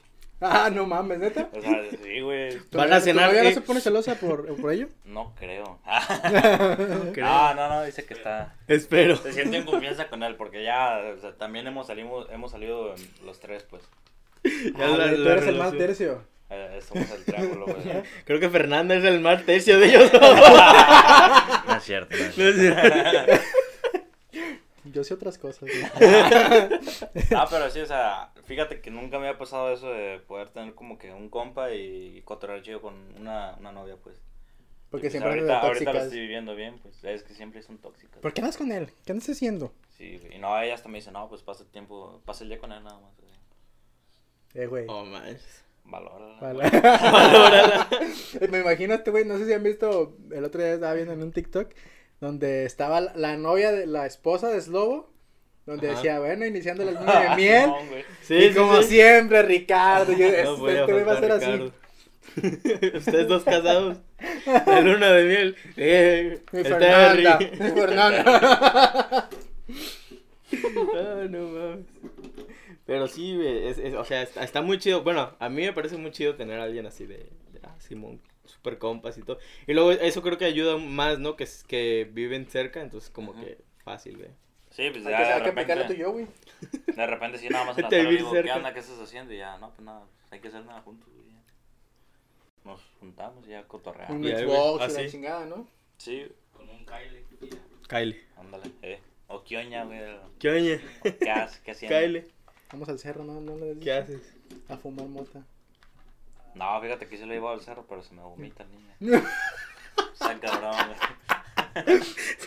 A: Ah, no mames, ¿neta?
C: O sea, sí, güey.
A: ¿Tu
B: Van
A: novia-
B: a cenar,
A: ¿Tu novia no
B: eh.
A: se pone celosa por, por ello?
C: No creo.
B: creo.
C: No, no, no, dice que está...
B: Espero.
C: Se siente en confianza con él, porque ya, o sea, también hemos salido, hemos salido los tres, pues.
B: Ya
A: Ah,
B: la-
A: güey, tú
B: la
A: eres el mal
B: relación.
A: tercio.
C: Eh, somos el triángulo, güey.
B: Creo que Fernanda es el más tercio de ellos dos.
C: No es cierto, no es
B: No es
C: cierto.
B: cierto.
A: Yo sé otras cosas. güey.
C: Ah, pero sí, o sea, fíjate que nunca me había pasado eso de poder tener como que un compa y cotorrear chido con una, una novia, pues.
A: Porque
C: Y, pues,
A: siempre andas
C: ahorita,
A: de
C: ahorita lo
A: tóxicas.
C: estoy viviendo bien, pues, es que siempre son tóxicas.
A: ¿Por qué andas con él? ¿Qué andas haciendo?
C: Sí, güey, y no, ella hasta me dice, no, pues pasa el tiempo, pasa el día con él nada más, güey.
A: Eh, güey.
B: Oh, manches.
C: Valórala.
A: Vale.
B: Valórala.
A: Me imagino a este güey, no sé si han visto, el otro día estaba viendo en un TikTok, donde estaba la, la novia de la esposa de Slobo, donde
B: Ajá.
A: decía, bueno, iniciando la luna de miel,
C: No, güey.
B: Sí,
A: y
B: sí,
A: como
B: sí.
A: siempre, Ricardo, yo,
B: No
A: este
B: voy a
A: este güey va a ser
B: faltar,
A: así.
B: Ricardo. Ustedes dos casados. De luna de miel. Eh,
A: Mi
B: el
A: Fernanda,
B: Terry.
A: mi Fernanda.
B: Ah, no mames. Pero sí, güey, es, es- o sea, está, está muy chido. Bueno, a mí me parece muy chido tener a alguien así de, de ah, Simón, super compas y todo. Y luego eso creo que ayuda más, ¿no? Que, es- que viven cerca, entonces como
C: Ujú.
B: que fácil, güey.
C: Sí, pues
A: Hay
C: ya
A: que,
C: de
A: hay que aplicarle tú y
C: repente,
A: yo, güey.
C: de repente sí, nada más en la
B: Te
C: tarde
B: vivir
C: digo, ¿qué
B: cerca.
C: onda? ¿Qué estás haciendo? Y ya, no, pues nada, pues, hay que hacer nada juntos, güey. ya. Nos juntamos y ya cotorreamos.
A: Un
B: Ya, güey.
A: Xbox
B: Ah,
A: y la
B: sí.
A: chingada, ¿no?
C: Sí, con un Kyle y ya.
B: Kyle.
C: Ándale, eh. O Kioña, güey.
B: ¿Qué oña?
C: o ¿Qué haces? ¿Qué haciendo?
B: Kyle,
A: Vamos al cerro, ¿no? ¿No le has
B: ¿qué
A: dicho?
B: haces?
A: A fumar mota.
C: No, fíjate que sí lo llevo al cerro, pero se me vomita el niño. Está cabrón, güey.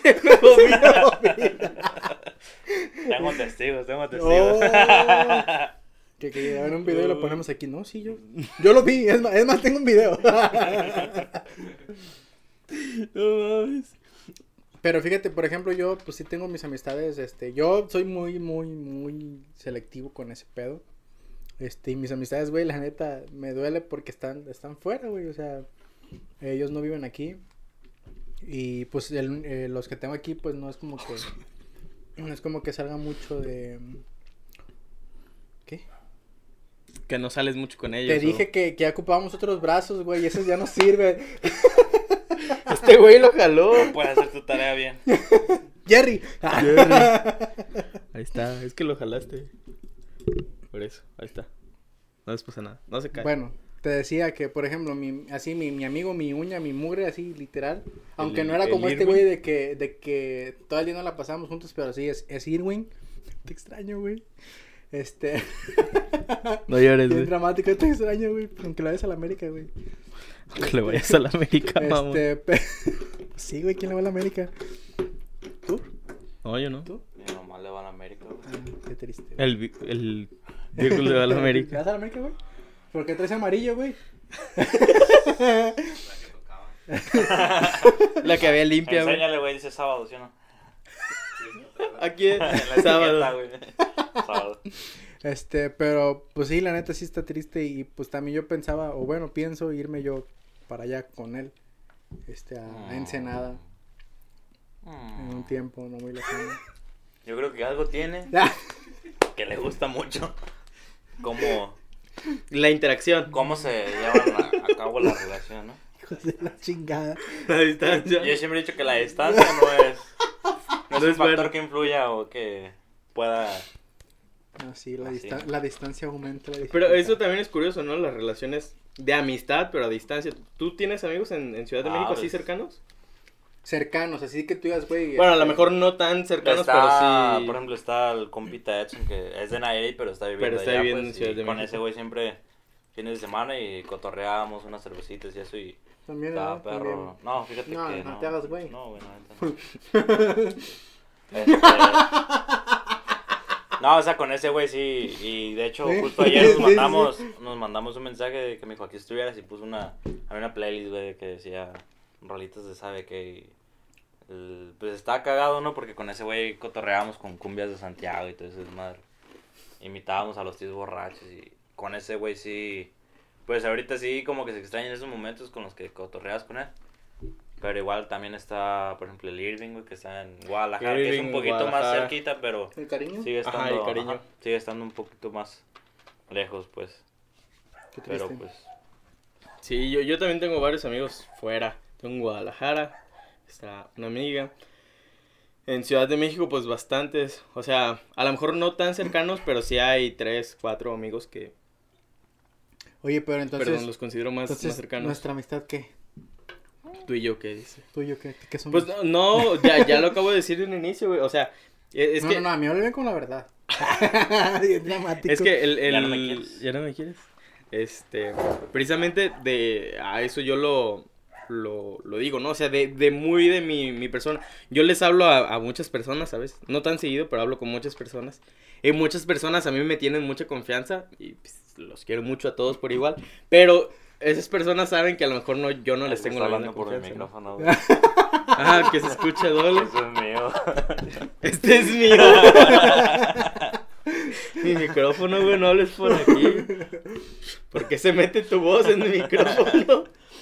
C: Tengo testigos, tengo testigos.
A: Oh. Que, que graben un video y lo ponemos aquí. No, sí, yo. Yo lo vi, es más, es más tengo un video.
B: No mames.
A: Pero fíjate, por ejemplo, yo pues sí tengo mis amistades, este, yo soy muy, muy, muy selectivo con ese pedo. Este, y mis amistades, güey, la neta, me duele porque están, están fuera, güey, o sea, ellos no viven aquí. Y pues el, eh, los que tengo aquí, pues no es como que, no es como que salga mucho de... ¿Qué?
B: Que no sales mucho con ellos.
A: Te
B: ¿o?
A: dije que, que ya ocupábamos otros brazos, güey, y esos ya no sirven.
B: Este güey lo jaló.
C: No puedes hacer tu tarea bien.
A: Jerry.
B: Ahí está, es que lo jalaste. Por eso, ahí está. No les pasa nada, no se cae.
A: Bueno, te decía que, por ejemplo, mi, así mi, mi amigo, mi uña, mi mugre, así literal. Aunque
B: El-
A: no era
B: el
A: como este
B: Irwin.
A: güey de que, de que todo el día no la pasamos juntos, pero sí, es, es Irwin. Te extraño, güey. Este.
B: No llores,
A: Bien
B: güey.
A: dramático, te extraño, güey. Aunque la ves a la América, güey.
B: Que le vayas a la América, mamá.
A: Este. pe- Sí, güey, ¿quién le va a la América? ¿Tú?
B: No, yo no.
A: ¿Tú?
C: Mi mamá le va a la América, güey.
A: Ah, qué triste. güey.
B: El, vi- el Diego le va a la
A: ¿Le
B: América.
A: vas a la América, güey? ¿Por qué traes amarillo, güey?
B: La que había limpia, güey.
C: Enséñale, güey, dice sábado, ¿sí o no?
B: Aquí
C: En la
B: es sábado.
C: etiqueta, güey. Sábado.
A: Este, pero pues sí, la neta sí está triste y pues también yo pensaba, o bueno, pienso irme yo para allá con él, este, a, a Ensenada en un tiempo no muy lejano.
C: Yo creo que algo tiene que le gusta mucho. Cómo,
B: La interacción.
C: cómo se llevan a, a cabo la relación, ¿no?
A: Hijos de la chingada.
B: La distancia.
C: Yo siempre he dicho que la distancia no es, no es
B: No
C: un
B: es
C: factor
B: bueno.
C: que influya o que pueda...
A: Ah, sí, la,
C: Así.
A: distan- la distancia aumenta la
B: Pero
A: dificultad.
B: eso también es curioso, ¿no? Las relaciones de amistad, pero a distancia. ¿Tú tienes amigos en, en Ciudad de
C: Ah,
B: México así
C: pues.
B: cercanos?
A: Cercanos, así que tú digas, güey.
B: Bueno, a lo
A: este,
B: mejor no tan cercanos,
C: Está,
B: pero sí.
C: por ejemplo, está el compita Edson, que es de Nayarit, pero está viviendo
B: Pero está
C: allá,
B: viviendo
C: pues,
B: en Ciudad
C: y
B: de
C: con
B: México.
C: ese güey siempre fines de semana y cotorreábamos unas cervecitas y eso y
A: También,
C: estaba
A: ¿no?
C: perro. No, fíjate
A: No,
C: que
A: no
C: no.
A: te hagas güey.
C: No, güey, no, neta, no. Este, no, o sea, con ese güey sí, y de hecho
A: Sí.
C: justo ayer
A: Sí,
C: nos
A: sí,
C: mandamos, nos mandamos un mensaje de que me dijo aquí estuvieras y puso una, había una playlist, güey, que decía rolitas de sabe que el- pues estaba cagado, ¿no? Porque con ese güey cotorreábamos con cumbias de Santiago y todo eso, madre. Imitábamos a los tíos borrachos y con ese güey sí, pues ahorita sí como que se extrañan esos momentos con los que cotorreas con él. Pero igual también está, por ejemplo, el Irving, güey, que está en Guadalajara, que es
B: Irving,
C: un poquito más
B: Guadalajara.
C: cerquita, pero
A: ¿El cariño?
C: sigue
B: Ajá,
C: estando,
B: el cariño.
C: ajá, sigue estando un poquito más lejos, pues.
A: Qué triste.
C: Pero pues,
B: Sí, yo, yo también tengo varios amigos fuera. Tengo en Guadalajara, está una amiga. En Ciudad de México, pues bastantes. O sea, a lo mejor no tan cercanos, pero sí hay tres, cuatro amigos que,
A: Oye, pero entonces...
B: perdón, los considero más,
A: entonces,
B: más cercanos.
A: ¿nuestra amistad qué?
B: Tú y yo, ¿qué dice?
A: ¿Tú y yo qué, qué somos?
B: Pues no, no, ya, ya lo acabo de decir de un inicio, güey. O sea, es
A: no,
B: que...
A: no, no, a mí me hablan con la verdad. Bien dramático.
B: Es que el, el...
C: Ya no me quieres.
B: ¿Ya no me quieres? Este, precisamente de a eso yo lo, lo, lo digo, ¿no? O sea, de, de muy de mi, mi persona. Yo les hablo a, a muchas personas, ¿sabes? No tan seguido, pero hablo con muchas personas. Y muchas personas a mí me tienen mucha confianza y pues, los quiero mucho a todos por igual. Pero esas personas saben que a lo mejor no, yo no les
C: estás
B: tengo la misma
C: hablando por el
B: confianza, ¿no?
C: micrófono, güey.
B: Ah, que se escucha doble.
C: Eso es mío.
B: Este es mío. Mi micrófono, güey, no hables por aquí. ¿Por qué se mete tu voz en mi micrófono?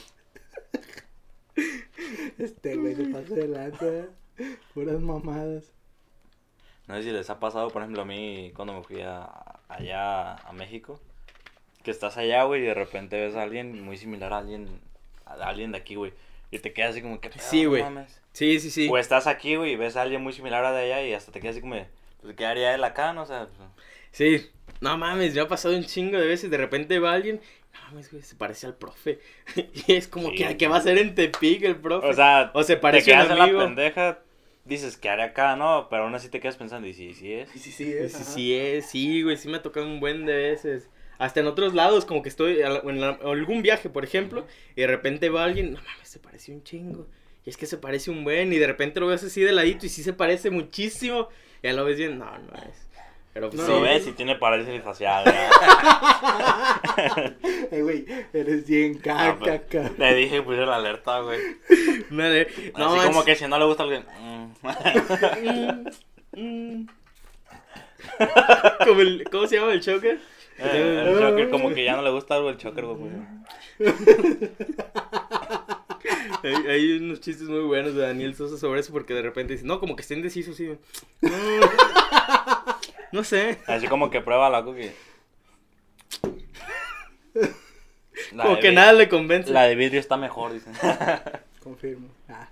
A: Este güey se pasa de lanza. Puras mamadas.
C: No sé si les ha pasado, por ejemplo, a mí cuando me fui a, allá a México, que estás allá, güey, y de repente ves a alguien muy similar a alguien, a alguien de aquí, güey, y te quedas así como, ¿qué pedo,
B: Sí,
C: no
B: güey.
C: mames?
B: Sí, sí, sí.
C: O estás aquí, güey, y ves a alguien muy similar a de allá y hasta te quedas así como, pues, ¿qué haría él acá, no? O sea, pues,
B: Sí. No mames, me ha pasado un chingo de veces. De repente va alguien. No mames, güey, se parece al profe. Y es como,
C: Sí.
B: que ¿qué va a hacer en Tepic el profe?
C: o sea,
B: O se
C: te
B: parece a
C: quedas
B: un
C: en la
B: amigo.
C: pendeja, dices, ¿qué haré acá, no? Pero aún así te quedas pensando, y sí, sí es.
A: Sí, sí, sí.
B: Sí,
A: Es,
B: sí,
A: ajá.
B: sí, es, sí, güey, sí me ha tocado un buen de veces. Hasta en otros lados, como que estoy a la- en la- algún viaje, por ejemplo, y de repente va alguien, no mames, se parece un chingo. Y es que se parece un buen, y de repente lo ves así de ladito y sí se parece muchísimo. Y ya lo ves bien, no, no es. Pero pues,
A: No,
B: sí.
C: Lo ves y tiene parálisis facial, ¿verdad?
A: Eh, güey, eres bien
C: No,
A: caca,
C: pues,
A: caca.
C: te dije, puse la alerta, güey.
B: Una de- no,
C: Así como
B: manches.
C: que si no le gusta a alguien. mm.
B: Mm, mm. Como el, ¿cómo se llama el choker?
C: Eh, el choker, como que ya no le gusta algo el choker, güey.
B: Hay, hay unos chistes muy buenos de Daniel Sosa sobre eso porque de repente dice, no, como que está indeciso, sí. Mm, no sé.
C: Así como que prueba la cookie. La
B: Como
C: de
B: que
C: vid-
B: nada le convence.
C: La de vidrio está mejor, dicen.
A: Confirmo. Ah.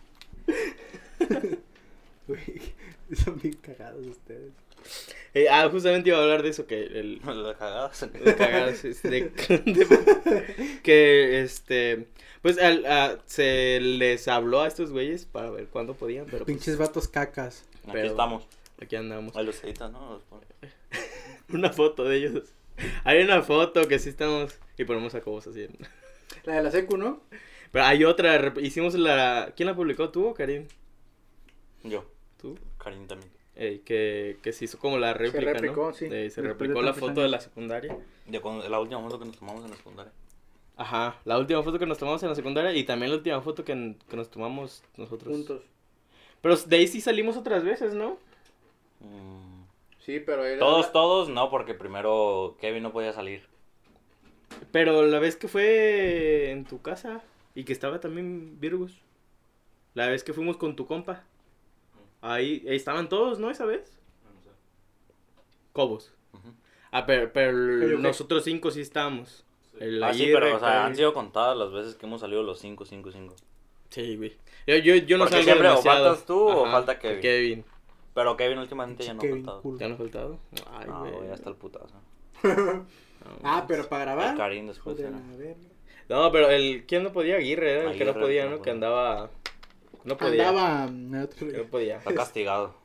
A: Güey, son bien cagados ustedes.
B: Eh, ah, justamente iba a hablar de eso, que el...
C: La cagadas.
B: de cagarse, este, de- de- que, este... Pues al- a- se les habló a estos güeyes para ver cuándo podían, pero pues,
A: Pinches vatos cacas.
C: Aquí
B: Pero-
C: estamos.
B: aquí andamos.
C: A los editas, ¿no? Los pone.
B: Una foto de ellos. Hay una foto que sí estamos... Y ponemos a Cobos así. en-
A: La de la secu, ¿no?
B: Pero hay otra, rep- hicimos la... ¿Quién la publicó? ¿Tú o Karim?
C: Yo,
B: ¿Tú?
C: Karim también.
B: Eh, que, que se hizo como la réplica,
A: replicó,
B: ¿no?
A: sí.
B: Eh, se
A: Después de
B: replicó la
A: tantos
B: foto
A: años.
B: de la secundaria.
C: De cuando, la última foto que nos tomamos en la secundaria.
B: Ajá, la última foto que nos tomamos en la secundaria y también la última foto que, que nos tomamos nosotros.
A: Juntos.
B: Pero de ahí sí salimos otras veces, ¿no?
C: Mm.
A: Sí, pero era...
C: Todos, todos, no, porque primero Kevin no podía salir.
B: Pero la vez que fue en tu casa y que estaba también Virgus. La vez que fuimos con tu compa. Ahí, ahí estaban todos, ¿no? Esa vez. Cobos.
C: Ujú.
B: Ah, pero, pero
A: Ok, ok.
B: nosotros cinco sí estábamos. El
C: Ah, sí,
B: Aguirre,
C: pero, o sea,
B: Karim.
C: han sido contadas las veces que hemos salido los cinco, cinco, cinco.
B: Sí, güey. Yo, yo, yo no
C: Porque
B: salgo
C: siempre o
B: demasiado.
C: faltas tú o falta Kevin.
B: Kevin.
C: Pero Kevin últimamente ya no ha
A: Kevin,
C: faltado.
A: culo.
B: ¿Ya no ha faltado? Ay,
C: No,
B: güey.
C: ya está el putazo.
B: No,
A: Ah, pero para
C: El
A: grabar.
C: Karim después
A: Joder,
C: era.
A: a ver.
B: No, pero el... ¿Quién no podía? Aguirre era el que no
C: Aguirre,
B: podía,
C: el que
B: ¿no?
C: no
B: Que
C: podía.
B: andaba... No podía.
A: Andaba mm, en otro...
B: Que no podía.
C: Está castigado.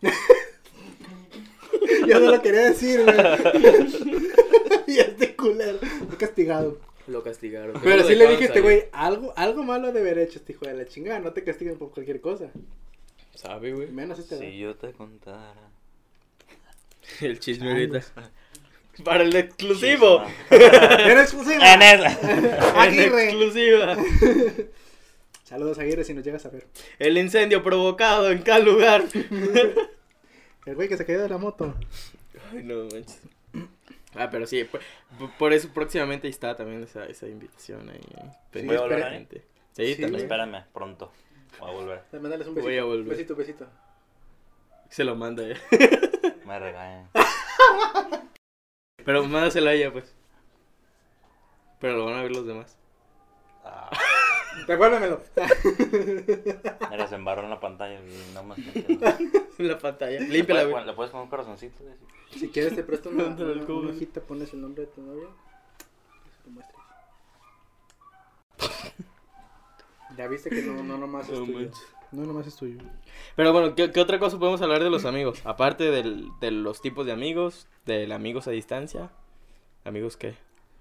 A: Yo no lo quería decir, güey. Y este culero. Fue castigado.
B: Lo castigaron.
A: Pero
B: lo
A: sí le
B: dejaron
A: dije a este
B: salir.
A: güey, algo, algo malo de haber hecho este hijo de la chingada. No te castiguen por cualquier cosa.
B: Sabe, güey.
A: Menos este,
C: Si
A: güey.
C: yo te contara.
B: El chisme ahorita. Para el exclusivo.
A: ¡En exclusiva!
C: En esa.
B: En
A: Aguirre.
B: exclusiva.
A: Saludos, Aguirre, si nos llegas a ver.
B: El incendio provocado en cada lugar.
A: El güey que se cayó de la moto.
B: Ay, no manches. Ah, pero sí, por, por eso próximamente ahí está también esa, esa invitación ahí.
C: ¿Voy a volver ahí?
B: pendiente. Sí,
A: Sí,
B: también.
C: Espérame, pronto. Voy a volver.
A: Mándales un
B: Voy
A: besito.
B: a volver.
A: Besito, besito.
B: Se lo manda eh.
C: Me regañan.
B: Pero mándaselo a ella, pues. Pero lo van a ver los demás.
C: Ah,
A: Recuérdamelo.
C: mira, se embarró en la pantalla y no más.
B: En la pantalla. Límpiala, güey.
C: ¿Le puedes poner un corazoncito? güey?
A: Si quieres te presto una,
B: Mándalo al
A: una,
B: Google.
A: una hojita, pones el nombre de tu novia. Se lo muestras. Ya viste que no, no nomás es
B: No
A: tuyo.
B: manches.
A: No nomás es tuyo.
B: Pero bueno, ¿qué, qué otra cosa podemos hablar de los amigos? Aparte del, de los tipos de amigos, del amigos a distancia. ¿Amigos qué?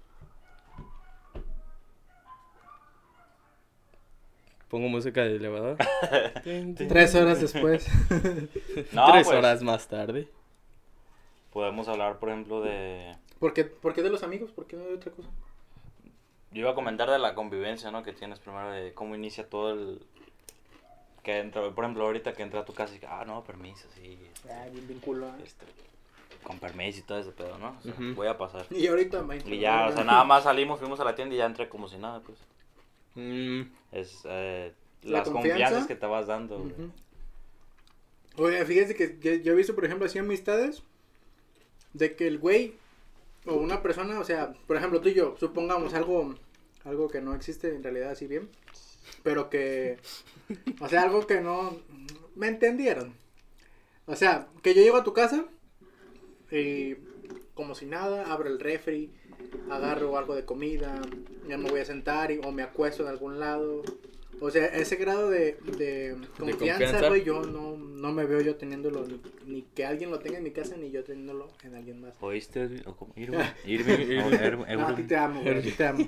B: Pongo música de elevador.
A: Tres horas después.
C: No,
B: Tres
C: pues,
B: horas más tarde.
C: podemos hablar, por ejemplo, de...
A: ¿Por qué, ¿Por qué de los amigos? ¿Por qué no de otra cosa?
C: Yo iba a comentar de la convivencia, ¿no? Que tienes primero, de cómo inicia todo el... Que entra, por ejemplo, ahorita que entra a tu casa y ah, no, permiso, sí. este,
A: Ah, bien, bien culo. ¿eh?
C: este, con permiso y todo ese pedo, ¿no? O sea,
B: Ujú.
C: voy a pasar.
A: Y ahorita, man,
C: Y ya, o sea, nada más salimos, fuimos a la tienda y ya entré como si nada, pues.
B: Mm,
C: Es eh,
A: La
C: las
A: confianza.
C: confianzas que te vas dando, güey.
A: Ujú. Oye, fíjese que, que yo he visto, por ejemplo, así amistades de que el güey o una persona, o sea, por ejemplo, tú y yo, supongamos algo algo que no existe en realidad así bien, pero que, o sea, algo que no, me entendieron. O sea, que yo llego a tu casa y como si nada, abro el refri, agarro algo de comida, ya me voy a sentar y, o me acuesto en algún lado. O sea, ese grado de, de confianza,
B: confianza.
A: güey, yo no, no me veo yo teniéndolo, ni, ni que alguien lo tenga en mi casa, ni yo teniéndolo en alguien más.
C: ¿Oíste? Edwin? ¿O cómo? Irving. Irving. o Er-
A: No, a ti
C: Edwin.
A: te amo, güey, a ti te amo.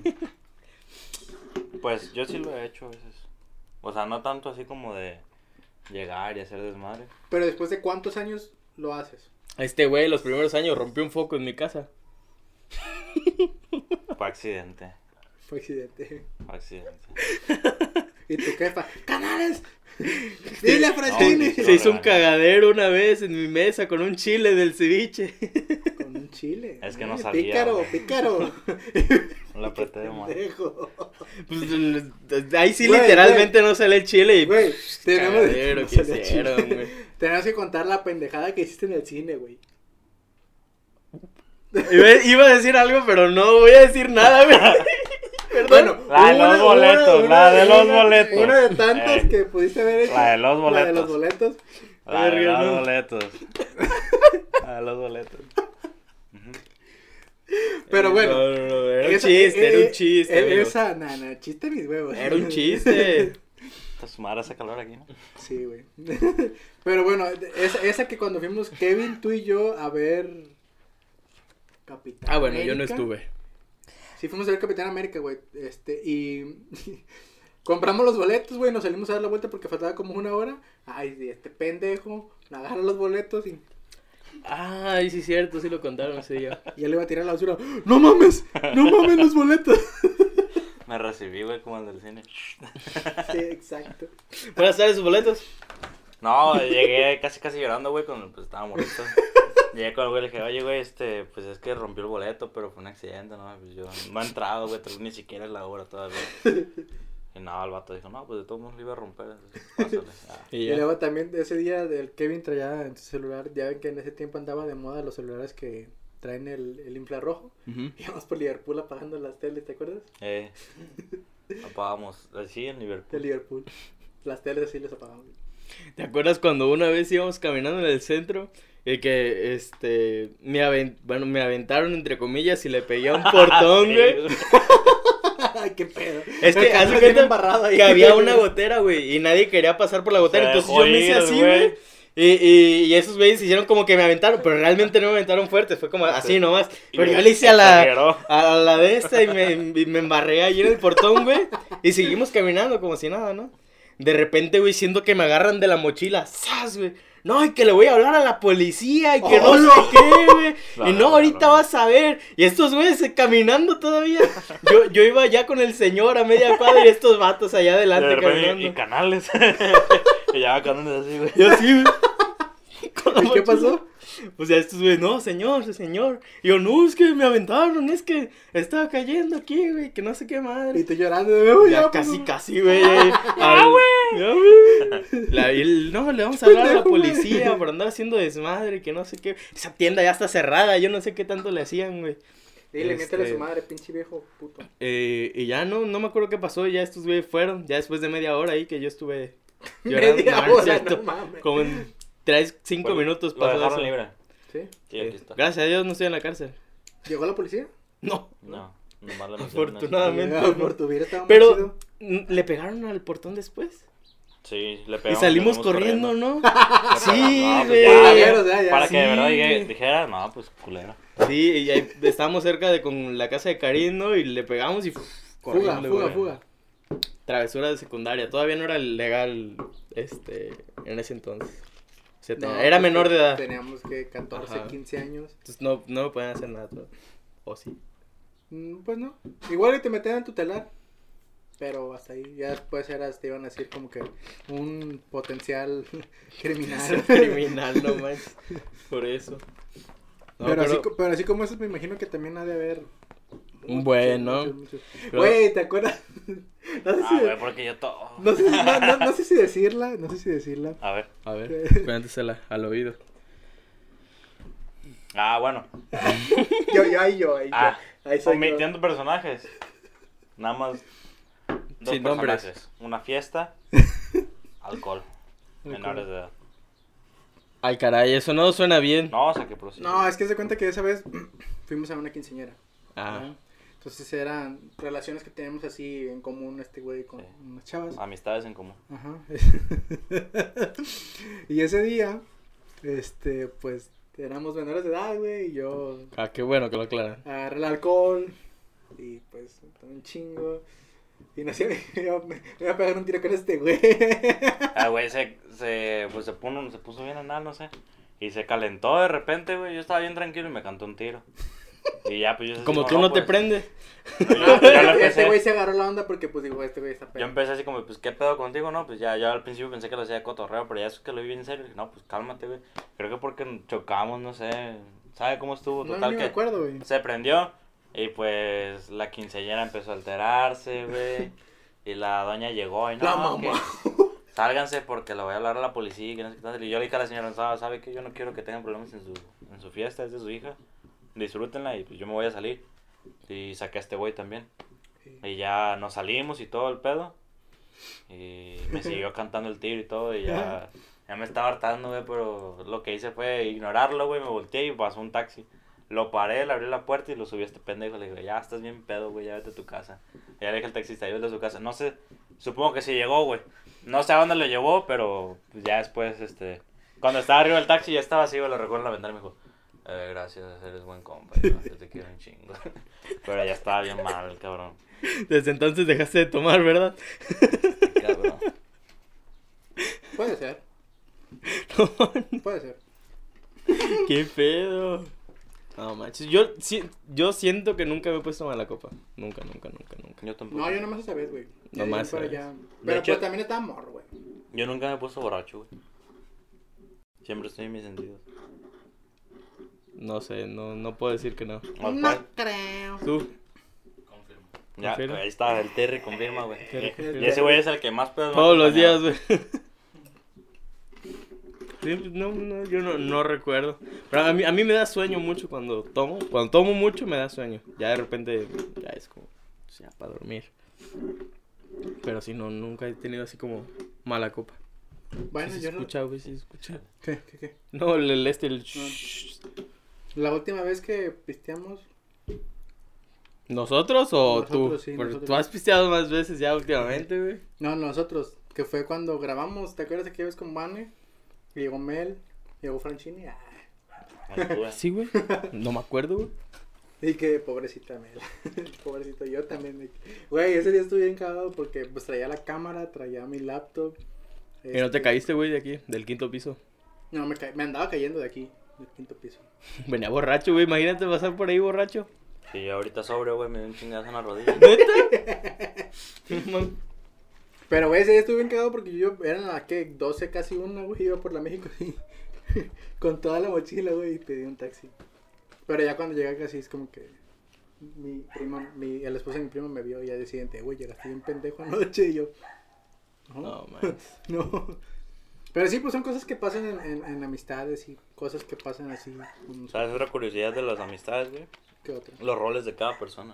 C: Pues yo sí lo he hecho a veces. O sea, no tanto así como de llegar y hacer desmadre.
A: Pero después de cuántos años lo haces.
B: Este güey, los primeros años rompió un foco en mi casa.
C: Fue accidente.
A: Fue accidente.
C: Fue accidente.
A: Y tu jefa, ¡canales! ¡Dile a Francini!
C: No, sí,
B: Se hizo un
C: regañó.
B: cagadero una vez en mi mesa con un chile del ceviche.
A: Con un chile.
C: Es que no
A: Eh,
C: sabía,
A: Pícaro,
C: güey.
A: pícaro.
C: No la apreté de mal.
A: Pendejo.
B: Pues, ahí sí
A: Güey,
B: literalmente no sale el chile y
A: Güey, tenemos,
B: cagadero
A: no
B: que
A: sale
B: hicieron,
A: chile.
B: güey.
A: Tenemos que contar la pendejada que hiciste en el cine, güey.
B: Iba, iba a decir algo, pero no voy a decir nada, güey. Perdón.
A: Bueno,
C: La de los boletos, la de los
A: una-
C: boletos.
A: Una de tantas
C: Eh,
A: que pudiste haber hecho.
C: la de los
A: La de los
C: boletos.
A: boletos.
C: La de
B: Verga,
C: los
B: no.
C: boletos. La de los boletos.
A: Pero bueno.
B: No, no, no, era un
A: esa-
B: chiste,
A: eh,
B: era
A: eh,
B: un chiste,
A: eh,
B: amigo.
A: Esa, na, na, chiste mis huevos.
B: Era un chiste.
C: Esta su madre hace calor aquí, ¿no?
A: Sí, güey. Pero bueno, esa, esa que cuando fuimos Kevin, tú y yo a ver Capitán
B: Ah, bueno, yo no
A: América.
B: estuve.
A: Sí, fuimos a ver Capitán América, güey. Este, y compramos los boletos, güey. Nos salimos a dar la vuelta porque faltaba como una hora. Ay, sí, este pendejo agarra los boletos y,
B: Ay, sí, cierto, sí lo contaron ese día.
A: y él le iba a tirar a la basura. ¡No mames! ¡No mames los boletos!
C: Me recibí, güey, como el del cine.
A: Sí, exacto.
B: Buenas tardes, sus boletos.
C: No, llegué casi casi llorando, güey, cuando pues, estaba morrito. Llegué con el güey y le dije, oye, güey, este, pues es que rompió el boleto, pero fue un accidente, ¿no? Pues yo no he entrado, güey, tal vez ni siquiera es la hora todavía. Y no, el vato dijo, no, pues de todos modos lo iba a romper, entonces, pásale. Ah.
B: Y
A: Y
B: ya.
A: luego también ese día del Kevin traía en su celular, ya ven que en ese tiempo andaba de moda los celulares que traen el, el infrarrojo.
B: Ujú.
A: Íbamos por Liverpool apagando las teles, ¿te acuerdas?
C: Eh, apagamos, sí, en
A: De
C: Liverpool.
A: Liverpool. Las teles así les apagamos.
B: ¿Te acuerdas cuando una vez íbamos caminando en el centro y que, este, me, aven- bueno, me aventaron entre comillas y le pegué a un portón,
C: Sí,
B: güey?
A: Ay, qué pedo.
B: Es
A: El
B: que,
A: carro
B: haz de
A: bien
B: cuenta
A: embarrado ahí.
B: que había una gotera, güey, y nadie quería pasar por la gotera,
C: Se
B: entonces
C: dejó
B: yo me hice
C: ir,
B: así,
C: güey.
B: güey. Y, y, y esos güeyes hicieron como que me aventaron, pero realmente no me aventaron fuerte, fue como así nomás. Pero yo le hice a la,
C: Exageró.
B: a la de esta y me, y me embarré ahí en el portón, güey. Y seguimos caminando como si nada, ¿no? De repente, güey, siento que me agarran de la mochila. ¡Sas, güey! No, y que le voy a hablar a la policía y que
A: ¡Oh,
B: no
A: no!
B: sé qué, güey.
C: No,
B: Y
C: no,
B: no,
C: no,
B: ahorita
C: no.
B: vas a ver. Y estos güeyes eh, caminando todavía. Yo, yo iba ya con el señor a media cuadra y estos vatos allá
C: De
B: adelante
C: repente,
B: caminando.
C: y canales. Y ya va canales así, güey.
B: Yo así, güey. Con la
A: ¿Y qué
B: mochila.
A: pasó?
B: O sea, estos güeyes, no, señor, señor. Y yo, no, es que me aventaron, es que estaba cayendo aquí, güey, que no sé qué madre.
A: Y tú llorando. "Uy,
B: Ya
A: ya,
B: casi,
A: pues,
B: casi, güey. Ya, güey. La- y el- No, le vamos a hablar a la
A: Pendejo, güey.
B: policía por andar haciendo desmadre, que no sé qué. Esa tienda ya está cerrada, yo no sé qué tanto le hacían, güey.
A: Dile,
B: Este-
A: métele a su madre, pinche viejo puto.
B: Eh, y ya no, no me acuerdo qué pasó, ya estos güeyes fueron, ya después de media hora ahí que yo estuve llorando.
A: Media
B: No, no es
A: hora,
B: cierto.
A: no mames.
B: Como en tres, cinco
C: Pues,
B: minutos
C: Lo
B: pasó
C: dejaron
B: eso.
C: libre.
A: ¿Sí?
C: Sí, aquí
B: Eh,
C: está.
B: Gracias a Dios no estoy en la cárcel.
A: ¿Llegó la policía?
B: No,
C: No, nomás le metieron
B: Afortunadamente.
A: Ah, por tu vida estaba muy
B: pero
A: chido.
B: mm, le pegaron al portón después.
C: eso. Sí, le
B: Y
C: pegamos.
B: salimos
C: salimos
B: corriendo, ¿no?
C: Le
B: Sí,
C: pegamos. No, pues
B: güey.
C: ya,
A: Culeros, ya, ya.
C: Para que de
B: Sí,
C: verdad
B: güey.
C: llegue- dijera, no, pues culero.
B: Sí, y ahí estábamos cerca de con la casa de Karim, ¿no? Y le pegamos y uf,
A: Fuga,
B: corriendo,
A: fuga,
B: güey.
A: fuga.
B: Travesura de secundaria. Todavía no era legal, este, en ese entonces. O sea,
A: No,
B: tenía- era
A: pues,
B: menor de edad.
A: Teníamos que catorce,
B: Ajá.
A: quince años.
B: Entonces no, no me podían hacer nada. todo. O sí.
A: Mm, Pues no. Igual y te metían en tu telar. Pero hasta ahí. Ya después eras, te iban a decir como que un potencial criminal.
B: Ser criminal, no manches. Por eso. No,
A: pero, Así, co- pero así como eso, me imagino que también ha de haber.
B: Un buen, ¿no?
A: muchos, muchos.
B: Pero-
A: Güey, ¿te acuerdas? No sé,
C: Ah,
A: si,
C: güey, porque yo todo.
A: no, sé, si- no, no- no sé si decirla. No sé si decirla.
C: A ver.
B: A ver, cuéntesela al oído.
C: Ah, bueno.
A: Yo, yo, ahí yo, ahí yo.
C: Ah,
A: Ahí soy yo.
C: omitiendo personajes. Nada más dos
B: Sin nombres.
C: personajes. Una fiesta, alcohol. Menores de edad.
B: Ay, caray, eso no suena bien.
C: No, o sea que prosigue.
A: No, es que se cuenta que esa vez fuimos a una quinceañera.
B: Ah,
A: ¿no? Entonces eran relaciones que tenemos así en común este güey con
C: Sí.
A: unas chavas.
C: Amistades en común.
A: Ajá. Y ese día, este, pues, éramos menores de edad, güey, y yo
B: ah, qué bueno que lo aclaran.
A: agarré el alcohol y pues tomé un chingo. Y no sé, yo me, me iba a pegar un tiro con este güey.
C: Ah, güey, se, se, pues se, puso, se puso bien anal, no sé. Y se calentó de repente, güey. Yo estaba bien tranquilo y me cantó un tiro. Y ya, pues yo así
B: Como
C: como,
B: tú no te
C: pues,
B: prendes.
C: Yo, yo le
A: Este
C: empecé,
A: güey se agarró la onda porque pues digo, este güey está
C: yo
A: pedo.
C: empecé así como, pues, ¿qué pedo contigo, no? Pues ya, ya al principio pensé que lo hacía de cotorreo, pero ya es que lo vi bien serio. Dije, no, pues cálmate, güey. Creo que porque chocamos, no sé. ¿Sabe cómo estuvo?
A: No,
C: Total
A: ni me
C: que
A: acuerdo, güey.
C: se prendió. Y pues la quinceañera empezó a alterarse, güey. Y la doña llegó y no,
A: La mamá.
C: que sálganse porque le voy a hablar a la policía y que no sé qué tal. Y yo le dije a la señora, ¿sabe, sabe que yo no quiero que tengan problemas en su, en su fiesta, es de su hija? Disfrútenla y pues yo me voy a salir. Y saqué a este güey también.
A: Sí.
C: Y ya nos salimos y todo el pedo. Y me siguió cantando el tiro y todo y ya, ya me estaba hartando, güey, pero lo que hice fue ignorarlo, güey, me volteé y pasó un taxi. Lo paré, le abrí la puerta y lo subí a este pendejo. Le dije, ya estás bien pedo, güey, ya vete a tu casa. Y ya le dije al taxista, yo vete a su casa. No sé, supongo que sí llegó, güey. No sé a dónde lo llevó, pero pues ya después, este... Cuando estaba arriba del taxi ya estaba así, güey, lo recuerdo en la ventana y me dijo, eh, gracias, eres buen compa, yo, yo te quiero un chingo. Pero ya estaba bien mal, el cabrón.
B: Desde entonces dejaste de tomar, ¿verdad?
C: Cabrón.
A: Puede ser,
B: No,
A: puede ser.
B: qué pedo. No, manches. Yo, si- yo siento que nunca me he puesto mala copa. Nunca, nunca, nunca, nunca.
C: Yo tampoco.
A: No, yo nomás esa vez, güey. Ya
B: Nomás
A: de ahí
B: esa
A: para
B: vez.
A: allá. Pero
C: hecho-
A: pues también estaba morro, güey.
C: Yo nunca me he puesto borracho, güey. Siempre estoy en mis sentidos.
B: No sé, no, no puedo decir que no.
C: No,
A: No
C: pues,
A: creo.
B: Tú,
C: ya,
B: confirmo.
C: ahí está, el Terry confirma, güey.
B: Terry
C: Y-
B: confirma.
C: Y ese güey es el que más pedos me ha
B: todos los días,
C: acompañado.
B: güey. Sí, pues, no, no, yo no, no recuerdo. Pero a mí, a mí me da sueño mucho cuando tomo. Cuando tomo mucho me da sueño. Ya de repente, ya es como, pues, ya para dormir. Pero sí, no, nunca he tenido así como mala copa.
A: Bueno,
B: Sí se
A: yo no.
B: escucha, güey, sí se escucha.
A: ¿Qué, qué, qué?
B: No, el, el este, el... shh.
A: La última vez que pisteamos.
B: ¿Nosotros o tú?
A: Nosotros, sí,
B: Porque
A: nosotros.
B: tú has pisteado más veces ya últimamente, güey.
A: No, nosotros. Que fue cuando grabamos. ¿Te acuerdas de aquella vez con Vane? Y llegó Mel. Llegó Franchini. Ah,
C: Estuve.
B: Sí, güey. No me acuerdo, güey.
A: y que pobrecita Mel. Pobrecito, yo también. de que- Güey, ese día estuve bien cagado porque pues traía la cámara, traía mi laptop.
B: ¿Y no te
A: este,
B: caíste, güey, de aquí, del quinto piso?
A: No, me, ca- me andaba cayendo de aquí, del quinto piso.
B: Venía borracho, güey. Imagínate pasar por ahí borracho.
C: Sí, ahorita sobrio, güey, me dio un chingazo en la rodilla.
B: No,
A: Pero, güey, ese día estuve bien cagado porque yo eran las que doce, casi una, güey, iba por la México así, con toda la mochila, güey, y pedí un taxi. Pero ya cuando llegué casi es como que mi primo, mi, el esposo de mi primo me vio y ya decía, güey, llegaste bien pendejo anoche y yo, no,
B: no, man.
A: no. Pero sí, pues son cosas que pasan en, en, en amistades y cosas que pasan así. con-
C: ¿Sabes otra curiosidad de las amistades, güey?
A: ¿Qué otra?
C: Los roles de cada persona.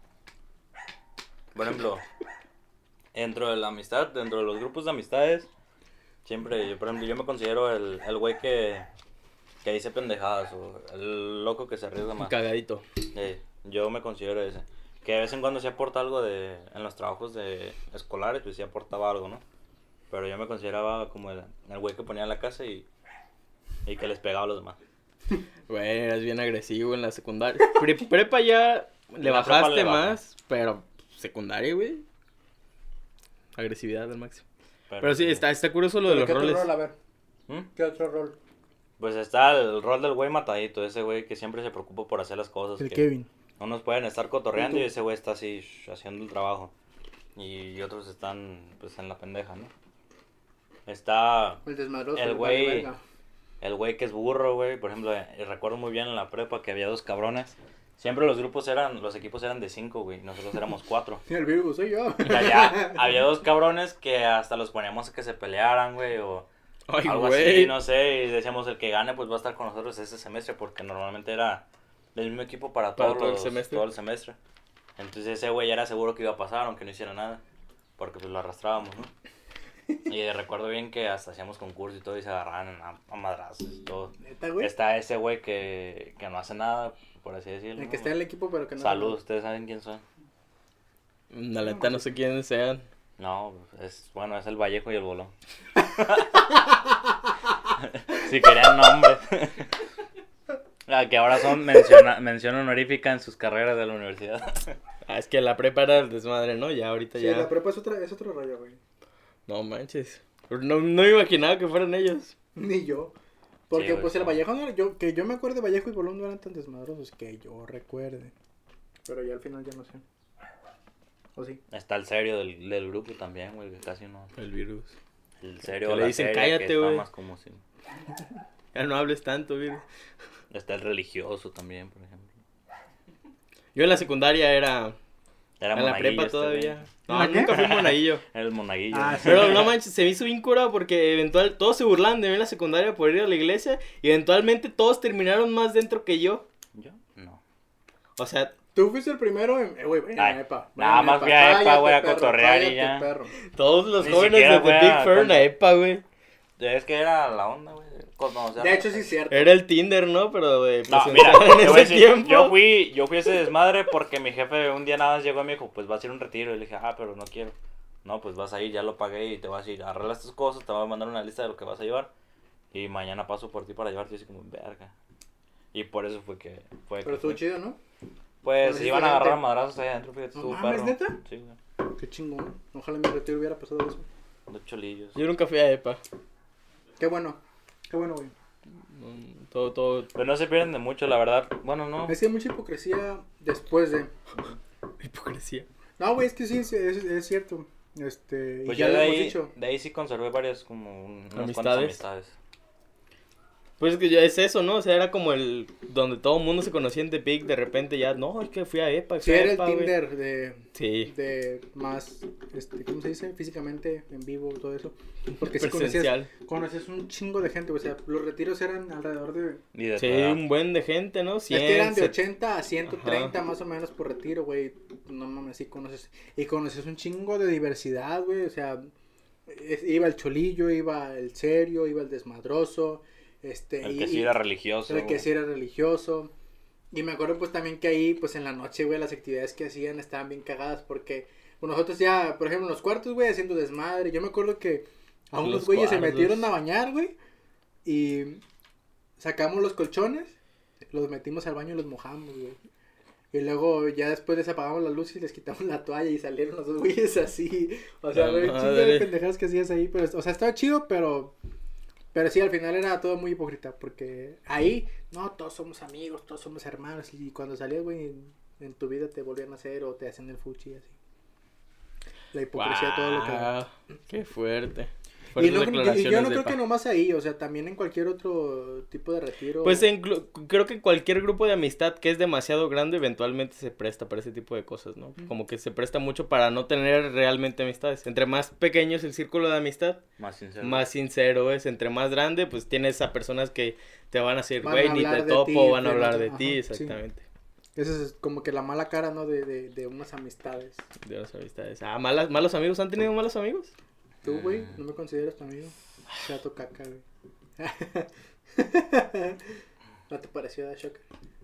C: Por ejemplo, dentro de la amistad, dentro de los grupos de amistades, siempre, yo, por ejemplo, yo me considero el, el güey que, que dice pendejadas o el loco que se arriesga más.
B: Cagadito.
C: Eh, yo me considero ese. Que de vez en cuando sí aporta algo de, en los trabajos de escolares, pues sí aportaba algo, ¿no? Pero yo me consideraba como el, el güey que ponía la casa y, y que les pegaba a los demás.
B: Güey, eras bien agresivo en la secundaria. Pre- prepa ya le
C: En la prepa
B: bajaste
C: le bajé.
B: más, pero secundaria, güey. Agresividad al máximo.
C: Pero,
B: Pero sí, está, está curioso lo de
A: ¿Pero
B: los
A: ¿Qué otro
B: roles.
A: rol? A ver,
C: ¿Mm?
A: ¿qué otro rol?
C: Pues está el rol del güey matadito, ese güey que siempre se preocupa por hacer las cosas.
A: El
C: que
A: Kevin.
C: Unos pueden estar cotorreando
A: ¿Y
C: y
A: tú?
C: ese güey está así sh, haciendo el trabajo. Y otros están pues en la pendeja, ¿no? Está
A: El desmadroso.
C: El
A: vale
C: güey-
A: verga.
C: el güey que es burro, güey. Por ejemplo, eh, recuerdo muy bien en la prepa que había dos cabrones. Siempre los grupos eran, los equipos eran de cinco, güey. Nosotros éramos cuatro.
A: Y el virus soy yo.
C: Y allá había dos cabrones que hasta los poníamos a que se pelearan, güey, o
B: Ay,
C: algo
B: güey.
C: así, no sé, y decíamos el que gane pues va a estar con nosotros ese semestre porque normalmente era el mismo equipo para,
B: Para
C: todos
B: todo el
C: los-
B: semestre.
C: todo el semestre. Entonces ese güey ya era seguro que iba a pasar aunque no hiciera nada, porque pues lo arrastrábamos, ¿no? Y recuerdo bien que hasta hacíamos concursos y todo y se agarraban a, a madrazos y todo.
A: ¿Neta, güey?
C: Está ese güey que, que no hace nada, por así decirlo.
A: El que
C: ¿no?
A: está en el equipo, pero que no.
C: Salud, ¿ustedes saben quién son?
B: La neta no sé quiénes sean.
C: No, es bueno, es el Vallejo y el Bolón. Si querían nombres. Ah, que ahora son menciona, mención honorífica en sus carreras de la universidad.
B: Ah, es que la prepa era el desmadre, ¿no? Ya ahorita
A: Sí,
B: ya.
A: la prepa es, otra, es otro rollo, güey.
B: No manches. No, no me imaginaba que fueran ellos.
A: Ni yo. Porque
C: Sí, güey,
A: pues el
C: no.
A: Vallejo no era, yo, que yo me acuerde, Vallejo y Bolón no eran tan desmadrosos que yo recuerde. Pero ya al final ya no sé. ¿O sí?
C: Está el serio del, del grupo también, güey, que casi no.
B: El virus.
C: El serio
B: Que
C: o
B: le
C: la
B: dicen,
C: seria,
B: "Cállate,
C: que está
B: güey".
C: más como si.
B: Ya no hables tanto, virus.
C: Está el religioso también, por ejemplo.
B: Yo en la secundaria era.
C: Era
B: En la
C: monaguillo
B: prepa
C: este,
B: todavía.
C: güey.
B: No,
A: ¿La qué?
B: nunca fui monaguillo.
C: Era el monaguillo.
A: Ah,
C: ¿no?
A: sí.
B: Pero no manches, se me hizo bien curado porque eventual todos se burlaban de mí en la secundaria por ir a la iglesia y eventualmente todos terminaron más dentro que yo.
C: ¿Yo? No.
B: O sea,
A: Tú fuiste el primero en, eh, güey, ven
C: Ay,
A: a EPA.
C: nada
A: ven
C: más fui a EPA,
A: Cállate,
C: güey, a
A: perro,
C: cotorrear y
A: cállate,
C: ya.
A: perro.
B: todos los
C: Ni
B: jóvenes
C: siquiera
B: de The
C: fue
B: Big
C: a-
B: Fern a EPA, güey.
C: Es que era la onda, güey. conocer-
A: De hecho, sí es cierto.
B: Era el Tinder, ¿no? Pero de
C: No,
B: presencial
C: mira,
B: en
C: te voy a
B: ese
C: decir,
B: tiempo.
C: yo fui, yo fui a ese desmadre porque mi jefe un día nada más llegó y me dijo, pues vas a ir a un retiro. Y le dije, ah, pero no quiero. No, pues vas a ir, ya lo pagué y te vas a ir, arreglas tus cosas, te voy a mandar una lista de lo que vas a llevar. Y mañana paso por ti para llevarte. Y así como, verga. Y por eso fue que fue.
A: Pero
C: que
A: estuvo
C: fue.
A: chido, ¿no?
C: Pues
A: Pero
C: se
A: sí
C: iban
A: fue
C: a agarrar a
A: gente.
C: madrazos ahí adentro, fíjate,
A: No
C: estuvo
A: mames,
C: perro.
A: ¿neta?
C: Sí, güey.
A: Qué chingón. Ojalá en mi retiro hubiera pasado eso.
C: Dos cholillos.
B: Yo nunca fui a EPA.
A: Qué bueno. Qué bueno, güey.
B: Mm, Todo, todo.
C: Pero no se pierden de mucho, la verdad. Bueno, no.
A: Es que hay mucha hipocresía después de...
B: Hipocresía.
A: No, güey, es que sí, es, es, es cierto. Este, y
C: Pues
A: ya
C: yo
A: lo
C: de
A: hemos
C: ahí,
A: dicho.
C: de ahí sí conservé varias como un- unas cuantas
B: ¿Amistades?
C: amistades.
B: Pues es que ya es eso, ¿no? O sea, era como el donde todo el mundo se conocía en The Big, de repente ya, no, es que fui a EPA,
A: Sí,
B: fui a
A: era el
B: EPA, güey.
A: Tinder de,
B: Sí.
A: de más, este, ¿cómo se dice? Físicamente, en vivo, todo eso. Porque sí
B: Presencial.
A: conocías, conocías un chingo de gente, o sea, los retiros eran alrededor de...
C: Y de
B: Sí,
C: tu edad.
B: un buen de gente, ¿no?
A: Es
B: cien,
A: que eran de
B: set-
A: ochenta a ciento treinta
B: Ajá.
A: más o menos por retiro, güey. No mames, sí conoces. Y conoces un chingo de diversidad, güey. O sea, es- iba el cholillo, iba el serio, iba el desmadroso. Este,
C: El
A: y-
C: que sí
A: y-
C: era religioso.
A: el que
C: güey.
A: sí era religioso. Y me acuerdo pues también que ahí, pues en la noche, güey, las actividades que hacían estaban bien cagadas porque pues, nosotros ya, por ejemplo, en los cuartos, güey, haciendo desmadre. Yo me acuerdo que a
B: En
A: unos
B: los
A: güeyes se
B: cuartos.
A: metieron a bañar, güey, y sacamos los colchones, los metimos al baño y los mojamos, güey. Y luego ya después les apagamos la luz y les quitamos la toalla y salieron los dos güeyes así. O sea,
B: La
A: güey, chingo
B: madre.
A: de pendejadas que hacías ahí, pero, o sea, estaba chido, pero... Pero sí, al final era todo muy hipócrita, porque ahí, no, todos somos amigos, todos somos hermanos, y cuando salías, güey, en, en tu vida te volvían a hacer o te hacían el fuchi, así. La hipocresía de todo lo que da.
B: Wow, qué fuerte.
A: Y, no, y yo no creo pa. que nomás ahí, o sea, también en cualquier otro tipo de retiro.
B: Pues en, creo que cualquier grupo de amistad que es demasiado grande eventualmente se presta para ese tipo de cosas, ¿no? Mm. Como que se presta mucho para no tener realmente amistades. Entre más pequeño es el círculo de amistad,
C: más sincero,
B: más sincero es. Entre más grande, pues tienes a personas que te van a decir, güey, ni te topo, ti, van a hablar de ajá, ti, exactamente.
A: Sí. Esa es como que la mala cara, ¿no? De, de, de unas amistades.
B: De unas amistades. Ah, malas, malos amigos, ¿han tenido malos amigos?
A: Tú, güey, no me consideras tu amigo. Chato caca, güey. ¿No te pareció a Shocker?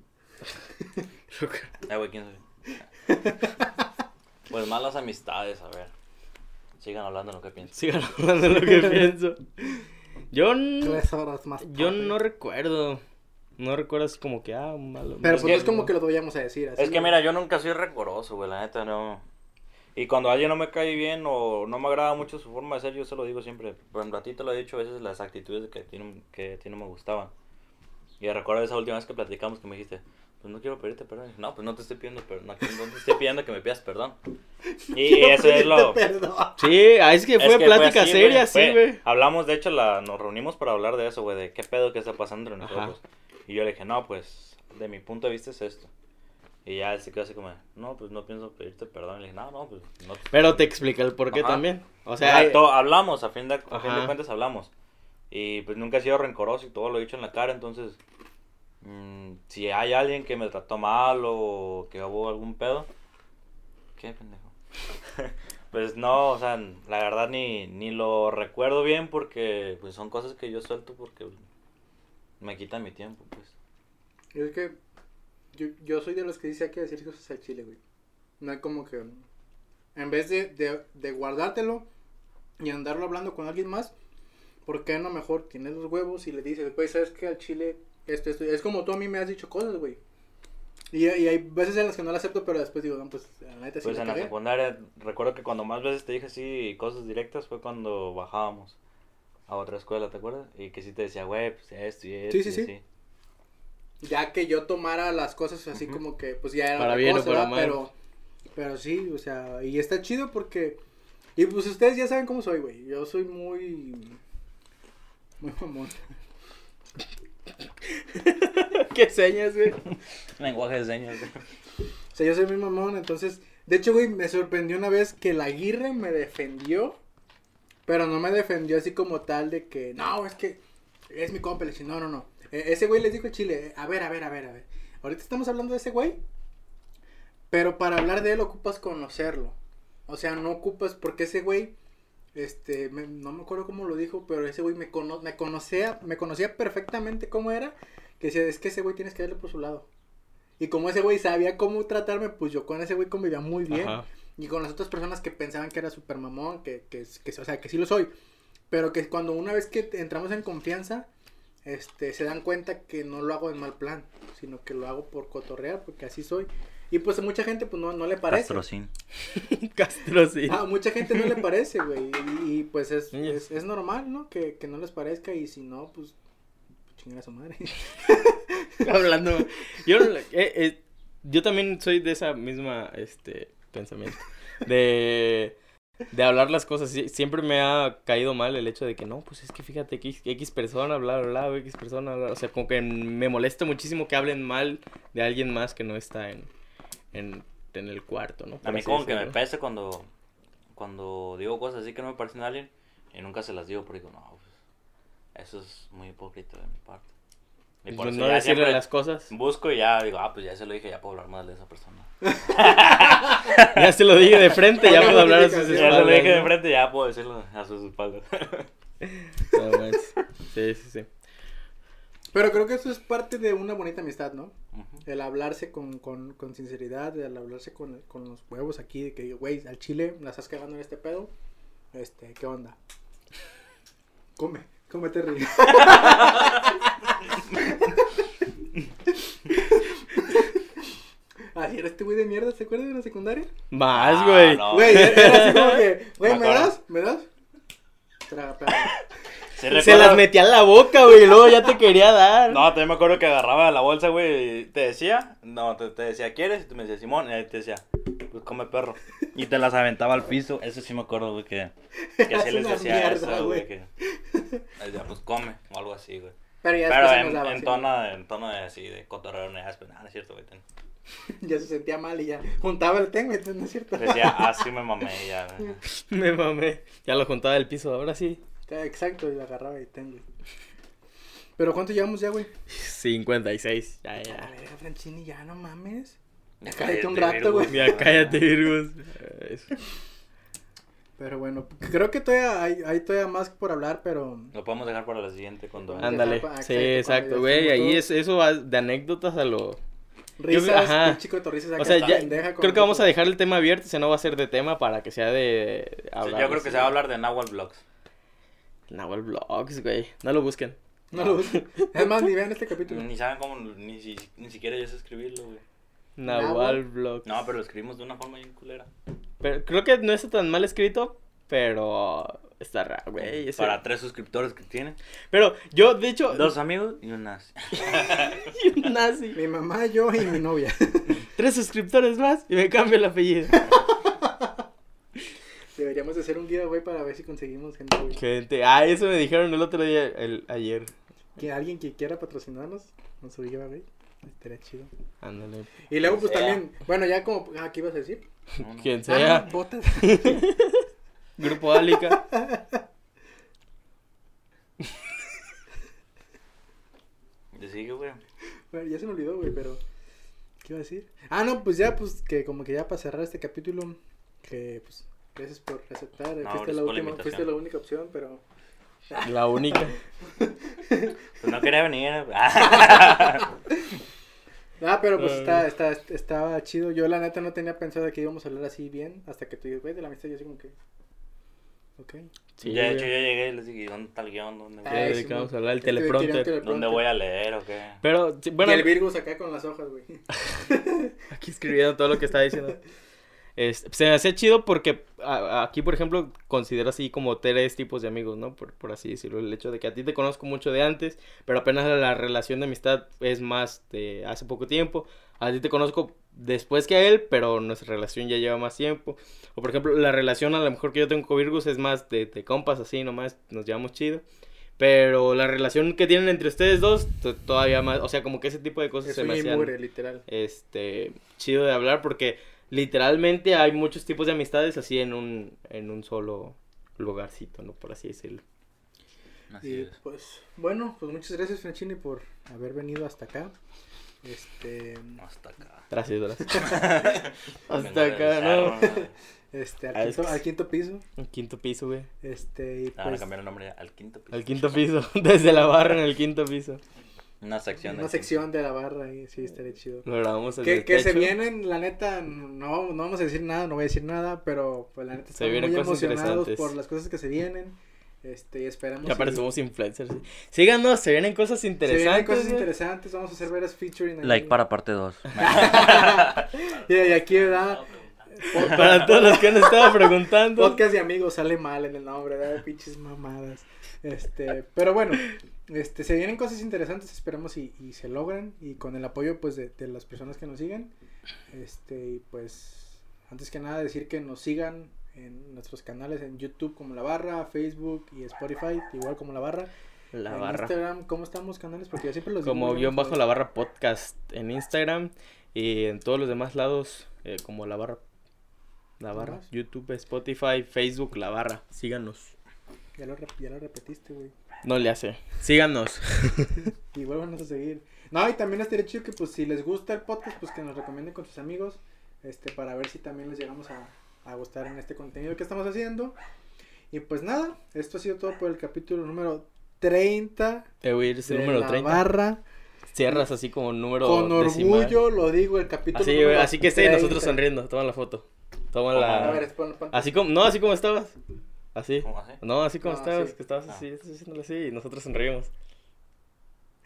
C: Shocker. Ah, güey, ¿quién sabe? Pues malas amistades, a ver. Sigan hablando de lo que pienso.
B: Sigan hablando de lo que pienso. Yo, n-
A: Tres horas más
B: yo no recuerdo. No recuerdo así como que, ah, malo.
A: Pero
B: es
A: pues
B: que,
A: no es como que lo vayamos a decir así.
C: Es que mira, yo nunca soy rencoroso, güey, la neta, no. Y cuando alguien no me cae bien o no me agrada mucho su forma de ser, yo se lo digo siempre. Por ejemplo, a ti te lo he dicho a veces las actitudes que a ti no, que a ti no me gustaban. Y recuerdo esa última vez que platicamos que me dijiste, pues no quiero pedirte perdón. Y dije, no, pues no te estoy pidiendo perdón, no, no te estoy pidiendo que me pidas perdón. Y eso es lo...
A: Perdón.
B: Sí, es que fue es que plática fue así, seria, sí, güey.
C: Hablamos, de hecho, la, nos reunimos para hablar de eso, güey, de qué pedo que está pasando entre nosotros. Ajá. Y yo le dije, no, pues, de mi punto de vista es esto. Y ya él se quedó así como, no, pues no pienso pedirte perdón. Y le dije, no, no, pues no. Te...
B: Pero te explica el por qué Ajá. también. O sea,
C: hay... todo, hablamos, a fin, de, a fin de cuentas hablamos. Y pues nunca he sido rencoroso y todo lo he dicho en la cara. Entonces, mmm, si hay alguien que me trató mal o que hubo algún pedo, ¿qué pendejo? Pues no, o sea, la verdad ni, ni lo recuerdo bien porque pues son cosas que yo suelto porque me quitan mi tiempo, pues.
A: Es que yo, yo soy de los que dice hay que decir cosas al chile, güey. No hay como que, en vez de, de, de guardártelo y andarlo hablando con alguien más, ¿por qué no mejor tienes los huevos y le dices, güey, ¿sabes qué? Al chile, esto, esto, es como tú a mí me has dicho cosas, güey. Y, y hay veces en las que no lo acepto, pero después digo, no, pues, la neta sí
C: Pues
A: la
C: en
A: cagué.
C: la secundaria, recuerdo que cuando más veces te dije así cosas directas fue cuando bajábamos a otra escuela, ¿te acuerdas? Y que sí te decía, güey, pues esto y esto
A: sí, sí,
C: y
A: sí.
C: así.
A: Ya que yo tomara las cosas así uh-huh. como que, pues ya era
B: para
A: otra
B: bien
A: cosa,
B: o para
A: ¿verdad? Pero, pero sí, o sea, y está chido porque, y pues ustedes ya saben cómo soy, güey. Yo soy muy, muy mamón.
B: ¿Qué señas, güey?
C: Lenguaje de señas, güey.
A: O sea, yo soy muy mamón, entonces, de hecho, güey, me sorprendió una vez que la Aguirre me defendió, pero no me defendió así como tal de que, no, es que es mi compa, le dije, no, no, no. E- ese güey les dijo a Chile, a ver, a ver, a ver, a ver. Ahorita estamos hablando de ese güey, pero para hablar de él ocupas conocerlo. O sea, no ocupas, porque ese güey, este, me, no me acuerdo cómo lo dijo, pero ese güey me, cono- me conocía, me conocía perfectamente cómo era, que decía, es que ese güey tienes que darle por su lado. Y como ese güey sabía cómo tratarme, pues yo con ese güey convivía muy bien. Ajá. Y con las otras personas que pensaban que era súper mamón, que, que, que, o sea, que sí lo soy. Pero que cuando una vez que entramos en confianza, este, se dan cuenta que no lo hago en mal plan, sino que lo hago por cotorrear, porque así soy. Y pues a mucha gente pues no, no le parece.
C: Castrocín.
B: Castrocín.
A: A mucha gente no le parece, güey. Y, y pues es, es, es normal, ¿no? Que, que no les parezca y si no, pues chingar a su madre.
B: Hablando, yo, eh, eh, yo también soy de esa misma, este, pensamiento, de, de hablar las cosas, siempre me ha caído mal el hecho de que no, pues es que fíjate que X, X persona, bla, bla, bla, X persona, bla, o sea, como que me molesta muchísimo que hablen mal de alguien más que no está en, en, en el cuarto, ¿no? Por
C: a mí
B: así
C: como
B: decirlo.
C: que me pesa cuando, cuando digo cosas así que no me parecen a alguien y nunca se las digo porque digo, no, pues, eso es muy hipócrita de mi parte. Y por
B: Pues
C: eso
B: no
C: ya
B: decirle las cosas.
C: Busco y ya digo, ah, pues ya se lo dije, ya puedo hablar mal de esa persona.
B: Ya se lo dije de frente, ya puedo hablar a sus espaldas.
C: Ya se lo dije de frente, ya puedo decirlo a sus espaldas.
B: No, manches. Sí, sí, sí.
A: Pero creo que eso es parte de una bonita amistad, ¿no?
C: Uh-huh.
A: El hablarse con, con, con sinceridad, el hablarse con, con los huevos aquí, de que, güey, al chile la estás cagando en este pedo, este, ¿qué onda? Come, cómete río. Así era este güey de mierda, ¿se acuerdan de la secundaria?
B: Más, güey.
C: Ah, no.
A: Güey, era así como que, güey, ¿me das? ¿Me das? Traga, traga.
B: Se, Se las metía en la boca, güey, y luego ya te quería dar.
C: No, también me acuerdo que agarraba la bolsa, güey, y te decía, no, te, te decía, ¿quieres? Y tú me decías, Simón, y ahí te decía, pues come perro. Y te las aventaba al piso. Eso sí me acuerdo, güey, que, que así les decía mierda, eso, güey. Que, decía, pues come, o algo así, güey.
A: Pero, ya
C: Pero en,
A: nos daba,
C: en,
A: sí,
C: tono, en tono de así, de cotorreo, no es, pues nada, no es cierto, güey. Ten.
A: Ya se sentía mal y ya juntaba el ten, güey, no es cierto.
C: Decía, así me mamé ya, güey.
B: Me mamé. Ya lo juntaba del piso, ahora sí.
A: Exacto, y lo agarraba y ten, güey. Pero ¿cuánto llevamos ya, güey?
B: cincuenta y seis, ya, ya.
A: A ver, Franchini, ya no mames.
C: Ya
A: Cállate un
C: cállate,
A: rato, güey.
B: Ya cállate, Virgus.
A: Pero bueno, creo que todavía hay, hay todavía más por hablar, pero...
C: Lo podemos dejar para la siguiente cuando...
B: Ándale,
A: Exacto,
B: sí,
A: cuando
B: exacto,
A: ya
B: güey,
A: estemos
B: ahí
A: todos.
B: es, eso va de anécdotas a lo...
A: Risas,
B: Yo- ajá.
A: un chico de torrisas acá
B: O sea,
A: está
B: ya,
A: pendeja con
B: creo que vamos a
A: nosotros.
B: dejar el tema abierto, si no va a ser de tema para que sea de
C: Sí,
B: hablar.
C: yo creo que
B: así.
C: se va a hablar de Nahual Vlogs.
B: Nahual Vlogs, güey, no lo busquen.
A: No lo busquen. Es más, ni vean este capítulo.
C: Ni saben cómo, ni, si, ni siquiera yo sé escribirlo, güey.
B: Nahual
A: Nahual.
B: Vlogs.
C: No, pero lo escribimos de una forma bien culera.
B: Pero creo que no está tan mal escrito, pero está raro, güey. ese-
C: Para tres suscriptores que tiene.
B: Pero yo, de hecho,
C: Dos amigos y un nazi.
B: y un nazi.
A: Mi mamá, yo y mi novia.
B: Tres suscriptores más y me cambio el apellido.
A: Deberíamos de hacer un giveaway para ver si conseguimos gente, güey.
B: Gente, ah, eso me dijeron el otro día, el, ayer.
A: Que alguien que quiera patrocinarnos con su giveaway. Estaría chido.
B: Ándale.
A: Y luego, pues
C: Sea.
A: también, bueno, ya como, ah, ¿qué ibas a decir?
C: No, no.
B: Quien
A: Ah,
B: sea,
A: no, botas.
B: Grupo Álica.
C: Te sigue, güey.
A: Bueno, ya se me olvidó, güey, pero... ¿Qué iba a decir? Ah, no, pues ya, pues, que como que ya para cerrar este capítulo, que, pues, gracias por aceptar.
C: No,
A: fuiste
C: gracias
A: la
C: por la
A: última,
C: invitación.
A: fuiste la única opción, pero...
B: La única.
C: Pues no quería venir.
A: Ah, pero pues
B: Ay.
A: está, está, estaba chido. Yo la neta no tenía pensado que íbamos a hablar así bien, hasta que tú dices, güey, de la amistad, yo así como que... Ok.
B: Sí,
C: ya, de
B: güey.
C: hecho, yo llegué y les dije, ¿dónde está el guión? ¿Dónde,
B: Sí,
A: Ay,
B: de
A: sí,
B: que vamos
A: mo-
B: a hablar, el
A: es que quería un
B: teleprompter.
A: teleprompter.
C: ¿Dónde voy a leer o qué?
B: Pero, sí, bueno,
A: Y el Virgus acá con las hojas, güey.
B: aquí escribiendo todo lo que está diciendo. Este, se me hacía chido porque a- aquí, por ejemplo, considero así como tres tipos de amigos, ¿no? Por, por así decirlo. El hecho de que a ti te conozco mucho de antes, pero apenas la relación de amistad es más de hace poco tiempo. A ti te conozco después que a él, pero nuestra relación ya lleva más tiempo. O por ejemplo, la relación a lo mejor que yo tengo con Virgus es más de, de compas, así nomás, nos llevamos chido. Pero la relación que tienen entre ustedes dos, t- todavía más, o sea, como que ese tipo de cosas
A: Es
B: se
A: un
B: me hacían
A: mure, literal.
B: este chido de hablar porque literalmente hay muchos tipos de amistades así en un en un solo lugarcito, no por así decirlo.
C: Así
A: Y
C: es.
A: pues, bueno, pues muchas gracias, Franchini, por haber venido hasta acá. Este,
C: Hasta acá.
B: Gracias, gracias.
C: Me
B: Hasta
C: lo
B: acá,
C: regresaron,
B: no.
A: este, al
B: Ah, es
A: quinto,
B: que-
A: al quinto piso.
B: El quinto piso, güey.
A: Este, y
C: Ah, van a
A: pues,
C: cambiar el nombre ya, al quinto piso.
B: Al quinto piso, desde la barra en el quinto piso.
C: Una sección.
A: una
C: del
A: sección de la barra ahí, sí, estaría chido.
B: Lo grabamos desde
A: Que,
B: el
A: que se
B: techo.
A: vienen, la neta, no, vamos- no vamos a decir nada, no voy a decir nada, pero pues la neta
B: Se
A: estamos
B: vienen
A: muy
B: cosas
A: emocionados
B: interesantes.
A: por las cosas que se vienen. Este, y esperamos.
B: Ya
A: y-
B: parecemos influencers. sí. Síganos, se vienen cosas
A: Se
B: interesantes.
A: vienen cosas
B: güey.
A: interesantes, vamos a hacer varias featuring. ahí.
C: Like para parte dos.
A: y, y aquí, ¿verdad?
B: Para todos los que han estado preguntando.
A: Podcast de amigos sale mal en el nombre, ¿verdad? Pinches mamadas. Este, pero bueno, este, se vienen cosas interesantes, esperemos y, y se logran. Y con el apoyo, pues, de, de las personas que nos siguen. Este, y pues, antes que nada, decir que nos sigan en nuestros canales en YouTube como La Barra, Facebook y Spotify, igual como La Barra.
B: La
A: en
B: barra.
A: Instagram, ¿cómo estamos canales? Porque yo siempre los digo,
B: Como
A: ¿no?
B: guión bajo la barra podcast en Instagram y en todos los demás lados eh, como la barra. La barra.
A: Nomás.
B: YouTube, Spotify, Facebook, la barra. Síganos.
A: Ya lo, rep- ya lo repetiste, güey.
B: No le hace. Síganos.
A: Y vuelvan a seguir. No, y también estaría chido que, pues, si les gusta el podcast, pues, que nos recomienden con sus amigos, este, para ver si también les llegamos a, a gustar en este contenido que estamos haciendo. Y, pues, nada, esto ha sido todo por el capítulo número treinta
B: Te voy a ir ese
A: de
B: número
A: La
B: treinta.
A: Barra.
B: Cierras así como número
A: Con
B: decimal.
A: orgullo lo digo, el capítulo
B: Así,
A: número
B: güey, así que esté
A: treinta.
B: nosotros sonriendo. Toma la foto. Toma
C: A
B: la...
A: A ver, ponlo, ponlo.
B: Así como... No, así como estabas. Así.
C: ¿Cómo así?
B: No, así como
A: No,
B: estabas.
A: sí.
B: Que estabas
C: Ah.
B: así, estás haciéndolo así y nosotros sonreímos.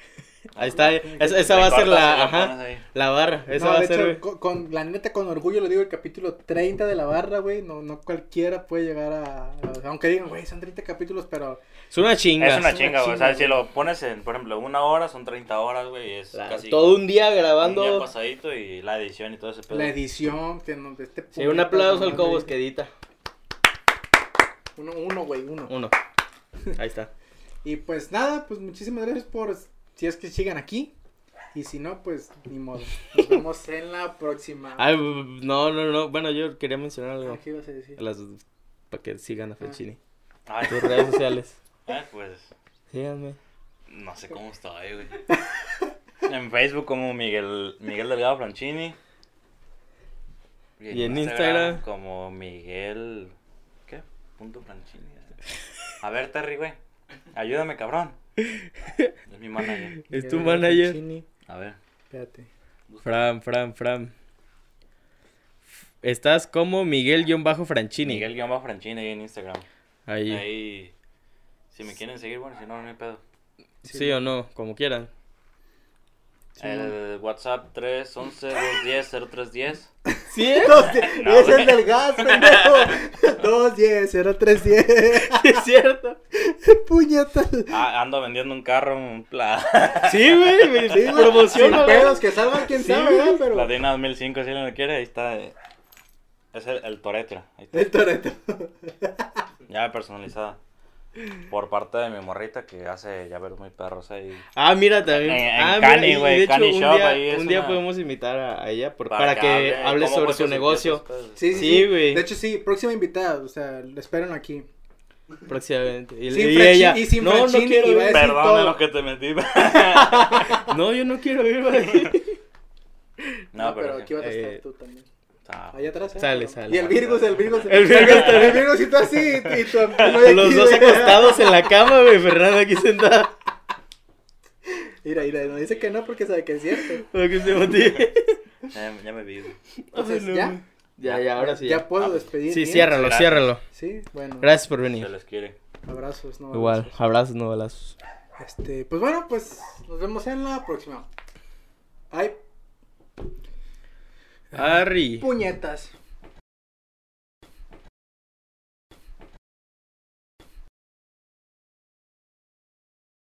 B: Ahí está, esa, esa va a ser la, ajá, la barra, esa
A: no,
B: va
A: de
B: a ser,
A: hecho, con, con, la neta, con orgullo lo digo, el capítulo treinta de la barra, güey, no, no cualquiera puede llegar a, a aunque digan, güey, son treinta capítulos, pero...
B: Es una chinga.
C: Es una
A: es
C: chinga,
A: una
C: güey, o sea,
A: chinga,
C: si lo pones en, por ejemplo, una hora, son treinta horas, güey, es
B: Claro,
C: casi...
B: todo un día grabando.
C: Un día pasadito y la edición y todo ese pedo.
A: La edición, que no, de este...
B: Sí, un aplauso al Cobos que edita.
A: Uno, uno, güey, uno.
B: Uno. Ahí está.
A: Y pues nada, pues muchísimas gracias por, si es que sigan aquí. Y si no, pues ni modo. Nos vemos en la próxima.
B: Ay, no, no, no. Bueno, yo quería mencionar algo.
A: ¿Qué ibas a decir?
B: Las, para que sigan a Franchini.
C: Ay,
B: Tus redes sociales.
C: eh, pues,
B: Síganme.
C: no sé cómo estoy, güey. En Facebook como Miguel, Miguel Delgado Franchini.
B: Y en Instagram
C: como Miguel, ¿qué? Punto Franchini. A ver, Terry, güey. Ayúdame, cabrón. Es mi manager.
B: Es tu manager.
A: Chini.
C: A ver.
A: Espérate.
B: Fran, Fran, Fran. Estás como Miguel-Franchini.
C: Miguel-Franchini ahí en Instagram.
B: Ahí.
C: Ahí. Si me quieren seguir, bueno, si no, no hay pedo.
B: Sí,
A: Sí,
B: o no, como quieran.
A: Sí,
C: El WhatsApp tres once dos diez cero tres diez.
B: ¿Sí?
A: Dos,
C: No,
A: es el
C: güey.
A: del gas, pendejo. dos diez, cero tres diez.
B: Es cierto.
A: Puñetas.
C: Ah, ando vendiendo un carro, un pla...
B: Sí, güey.
A: Sí, güey,
B: Promociona.
A: sin pedos, que salgan quién
B: Sí,
A: sabe,
B: güey.
A: ¿verdad? Pero...
C: Platina dos mil cinco, si alguien lo quiere, ahí está. eh. Es el, el Toretto. Ahí está.
A: El Toretto.
C: Llave personalizada. Por parte de mi morrita que hace llaveros muy perros ahí.
B: Ah, mira, también.
C: En- en
B: ah,
C: Cani,
B: mira, y-
C: güey,
B: y de hecho,
C: Cani
B: un
C: Shop,
B: día,
C: ahí es
B: un día
C: una-
B: podemos invitar a, a ella por- para, que hable
C: cómo
B: sobre
C: fue
B: su
C: sus
B: negocio.
C: empiezos, pues.
A: Sí, sí,
B: Sí,
A: sí.
B: güey.
A: De hecho, sí, próxima invitada, o sea, lo esperen aquí.
B: Próximamente. Y,
A: Sin
B: y
A: Franchi-
B: ella,
A: y sin
B: no, no
A: Franchini,
B: quiero
A: iba a
B: ir.
A: decir-
C: Perdón
A: todo.
C: de lo que te metí.
B: No, yo no quiero ir. güey.
C: No, pero.
A: aquí vas a estar
B: eh,
A: tú también.
C: Ah,
A: Allá atrás, ¿eh?
B: Sale,
A: Pero-
B: sale.
A: Y el Virgus, el Virgus.
B: El Virgus también.
A: El Virgus y tú así, y tu amigo de
B: Los
A: aquí,
B: dos
A: güey.
B: acostados en la cama, güey. Fernanda aquí sentada.
A: Mira, mira, no dice que no porque sabe que es cierto.
B: Para que se motive.
C: ya, ya me vi. güey.
A: Entonces,
B: Ay, no,
A: ¿ya?
B: güey. Ya, ya, ahora sí.
A: Ya
B: Ya.
A: puedo
C: Ah,
A: despedir.
B: Sí,
A: bien?
B: ciérralo,
C: Gracias.
B: ciérralo.
A: Sí, bueno.
B: Gracias por
C: Se
B: venir.
C: les quiere.
A: Abrazos, no
B: Igual,
A: abrazos.
B: abrazos, no balazos.
A: Este, pues bueno, pues nos vemos en la próxima. Ay,
B: Arri.
A: puñetas.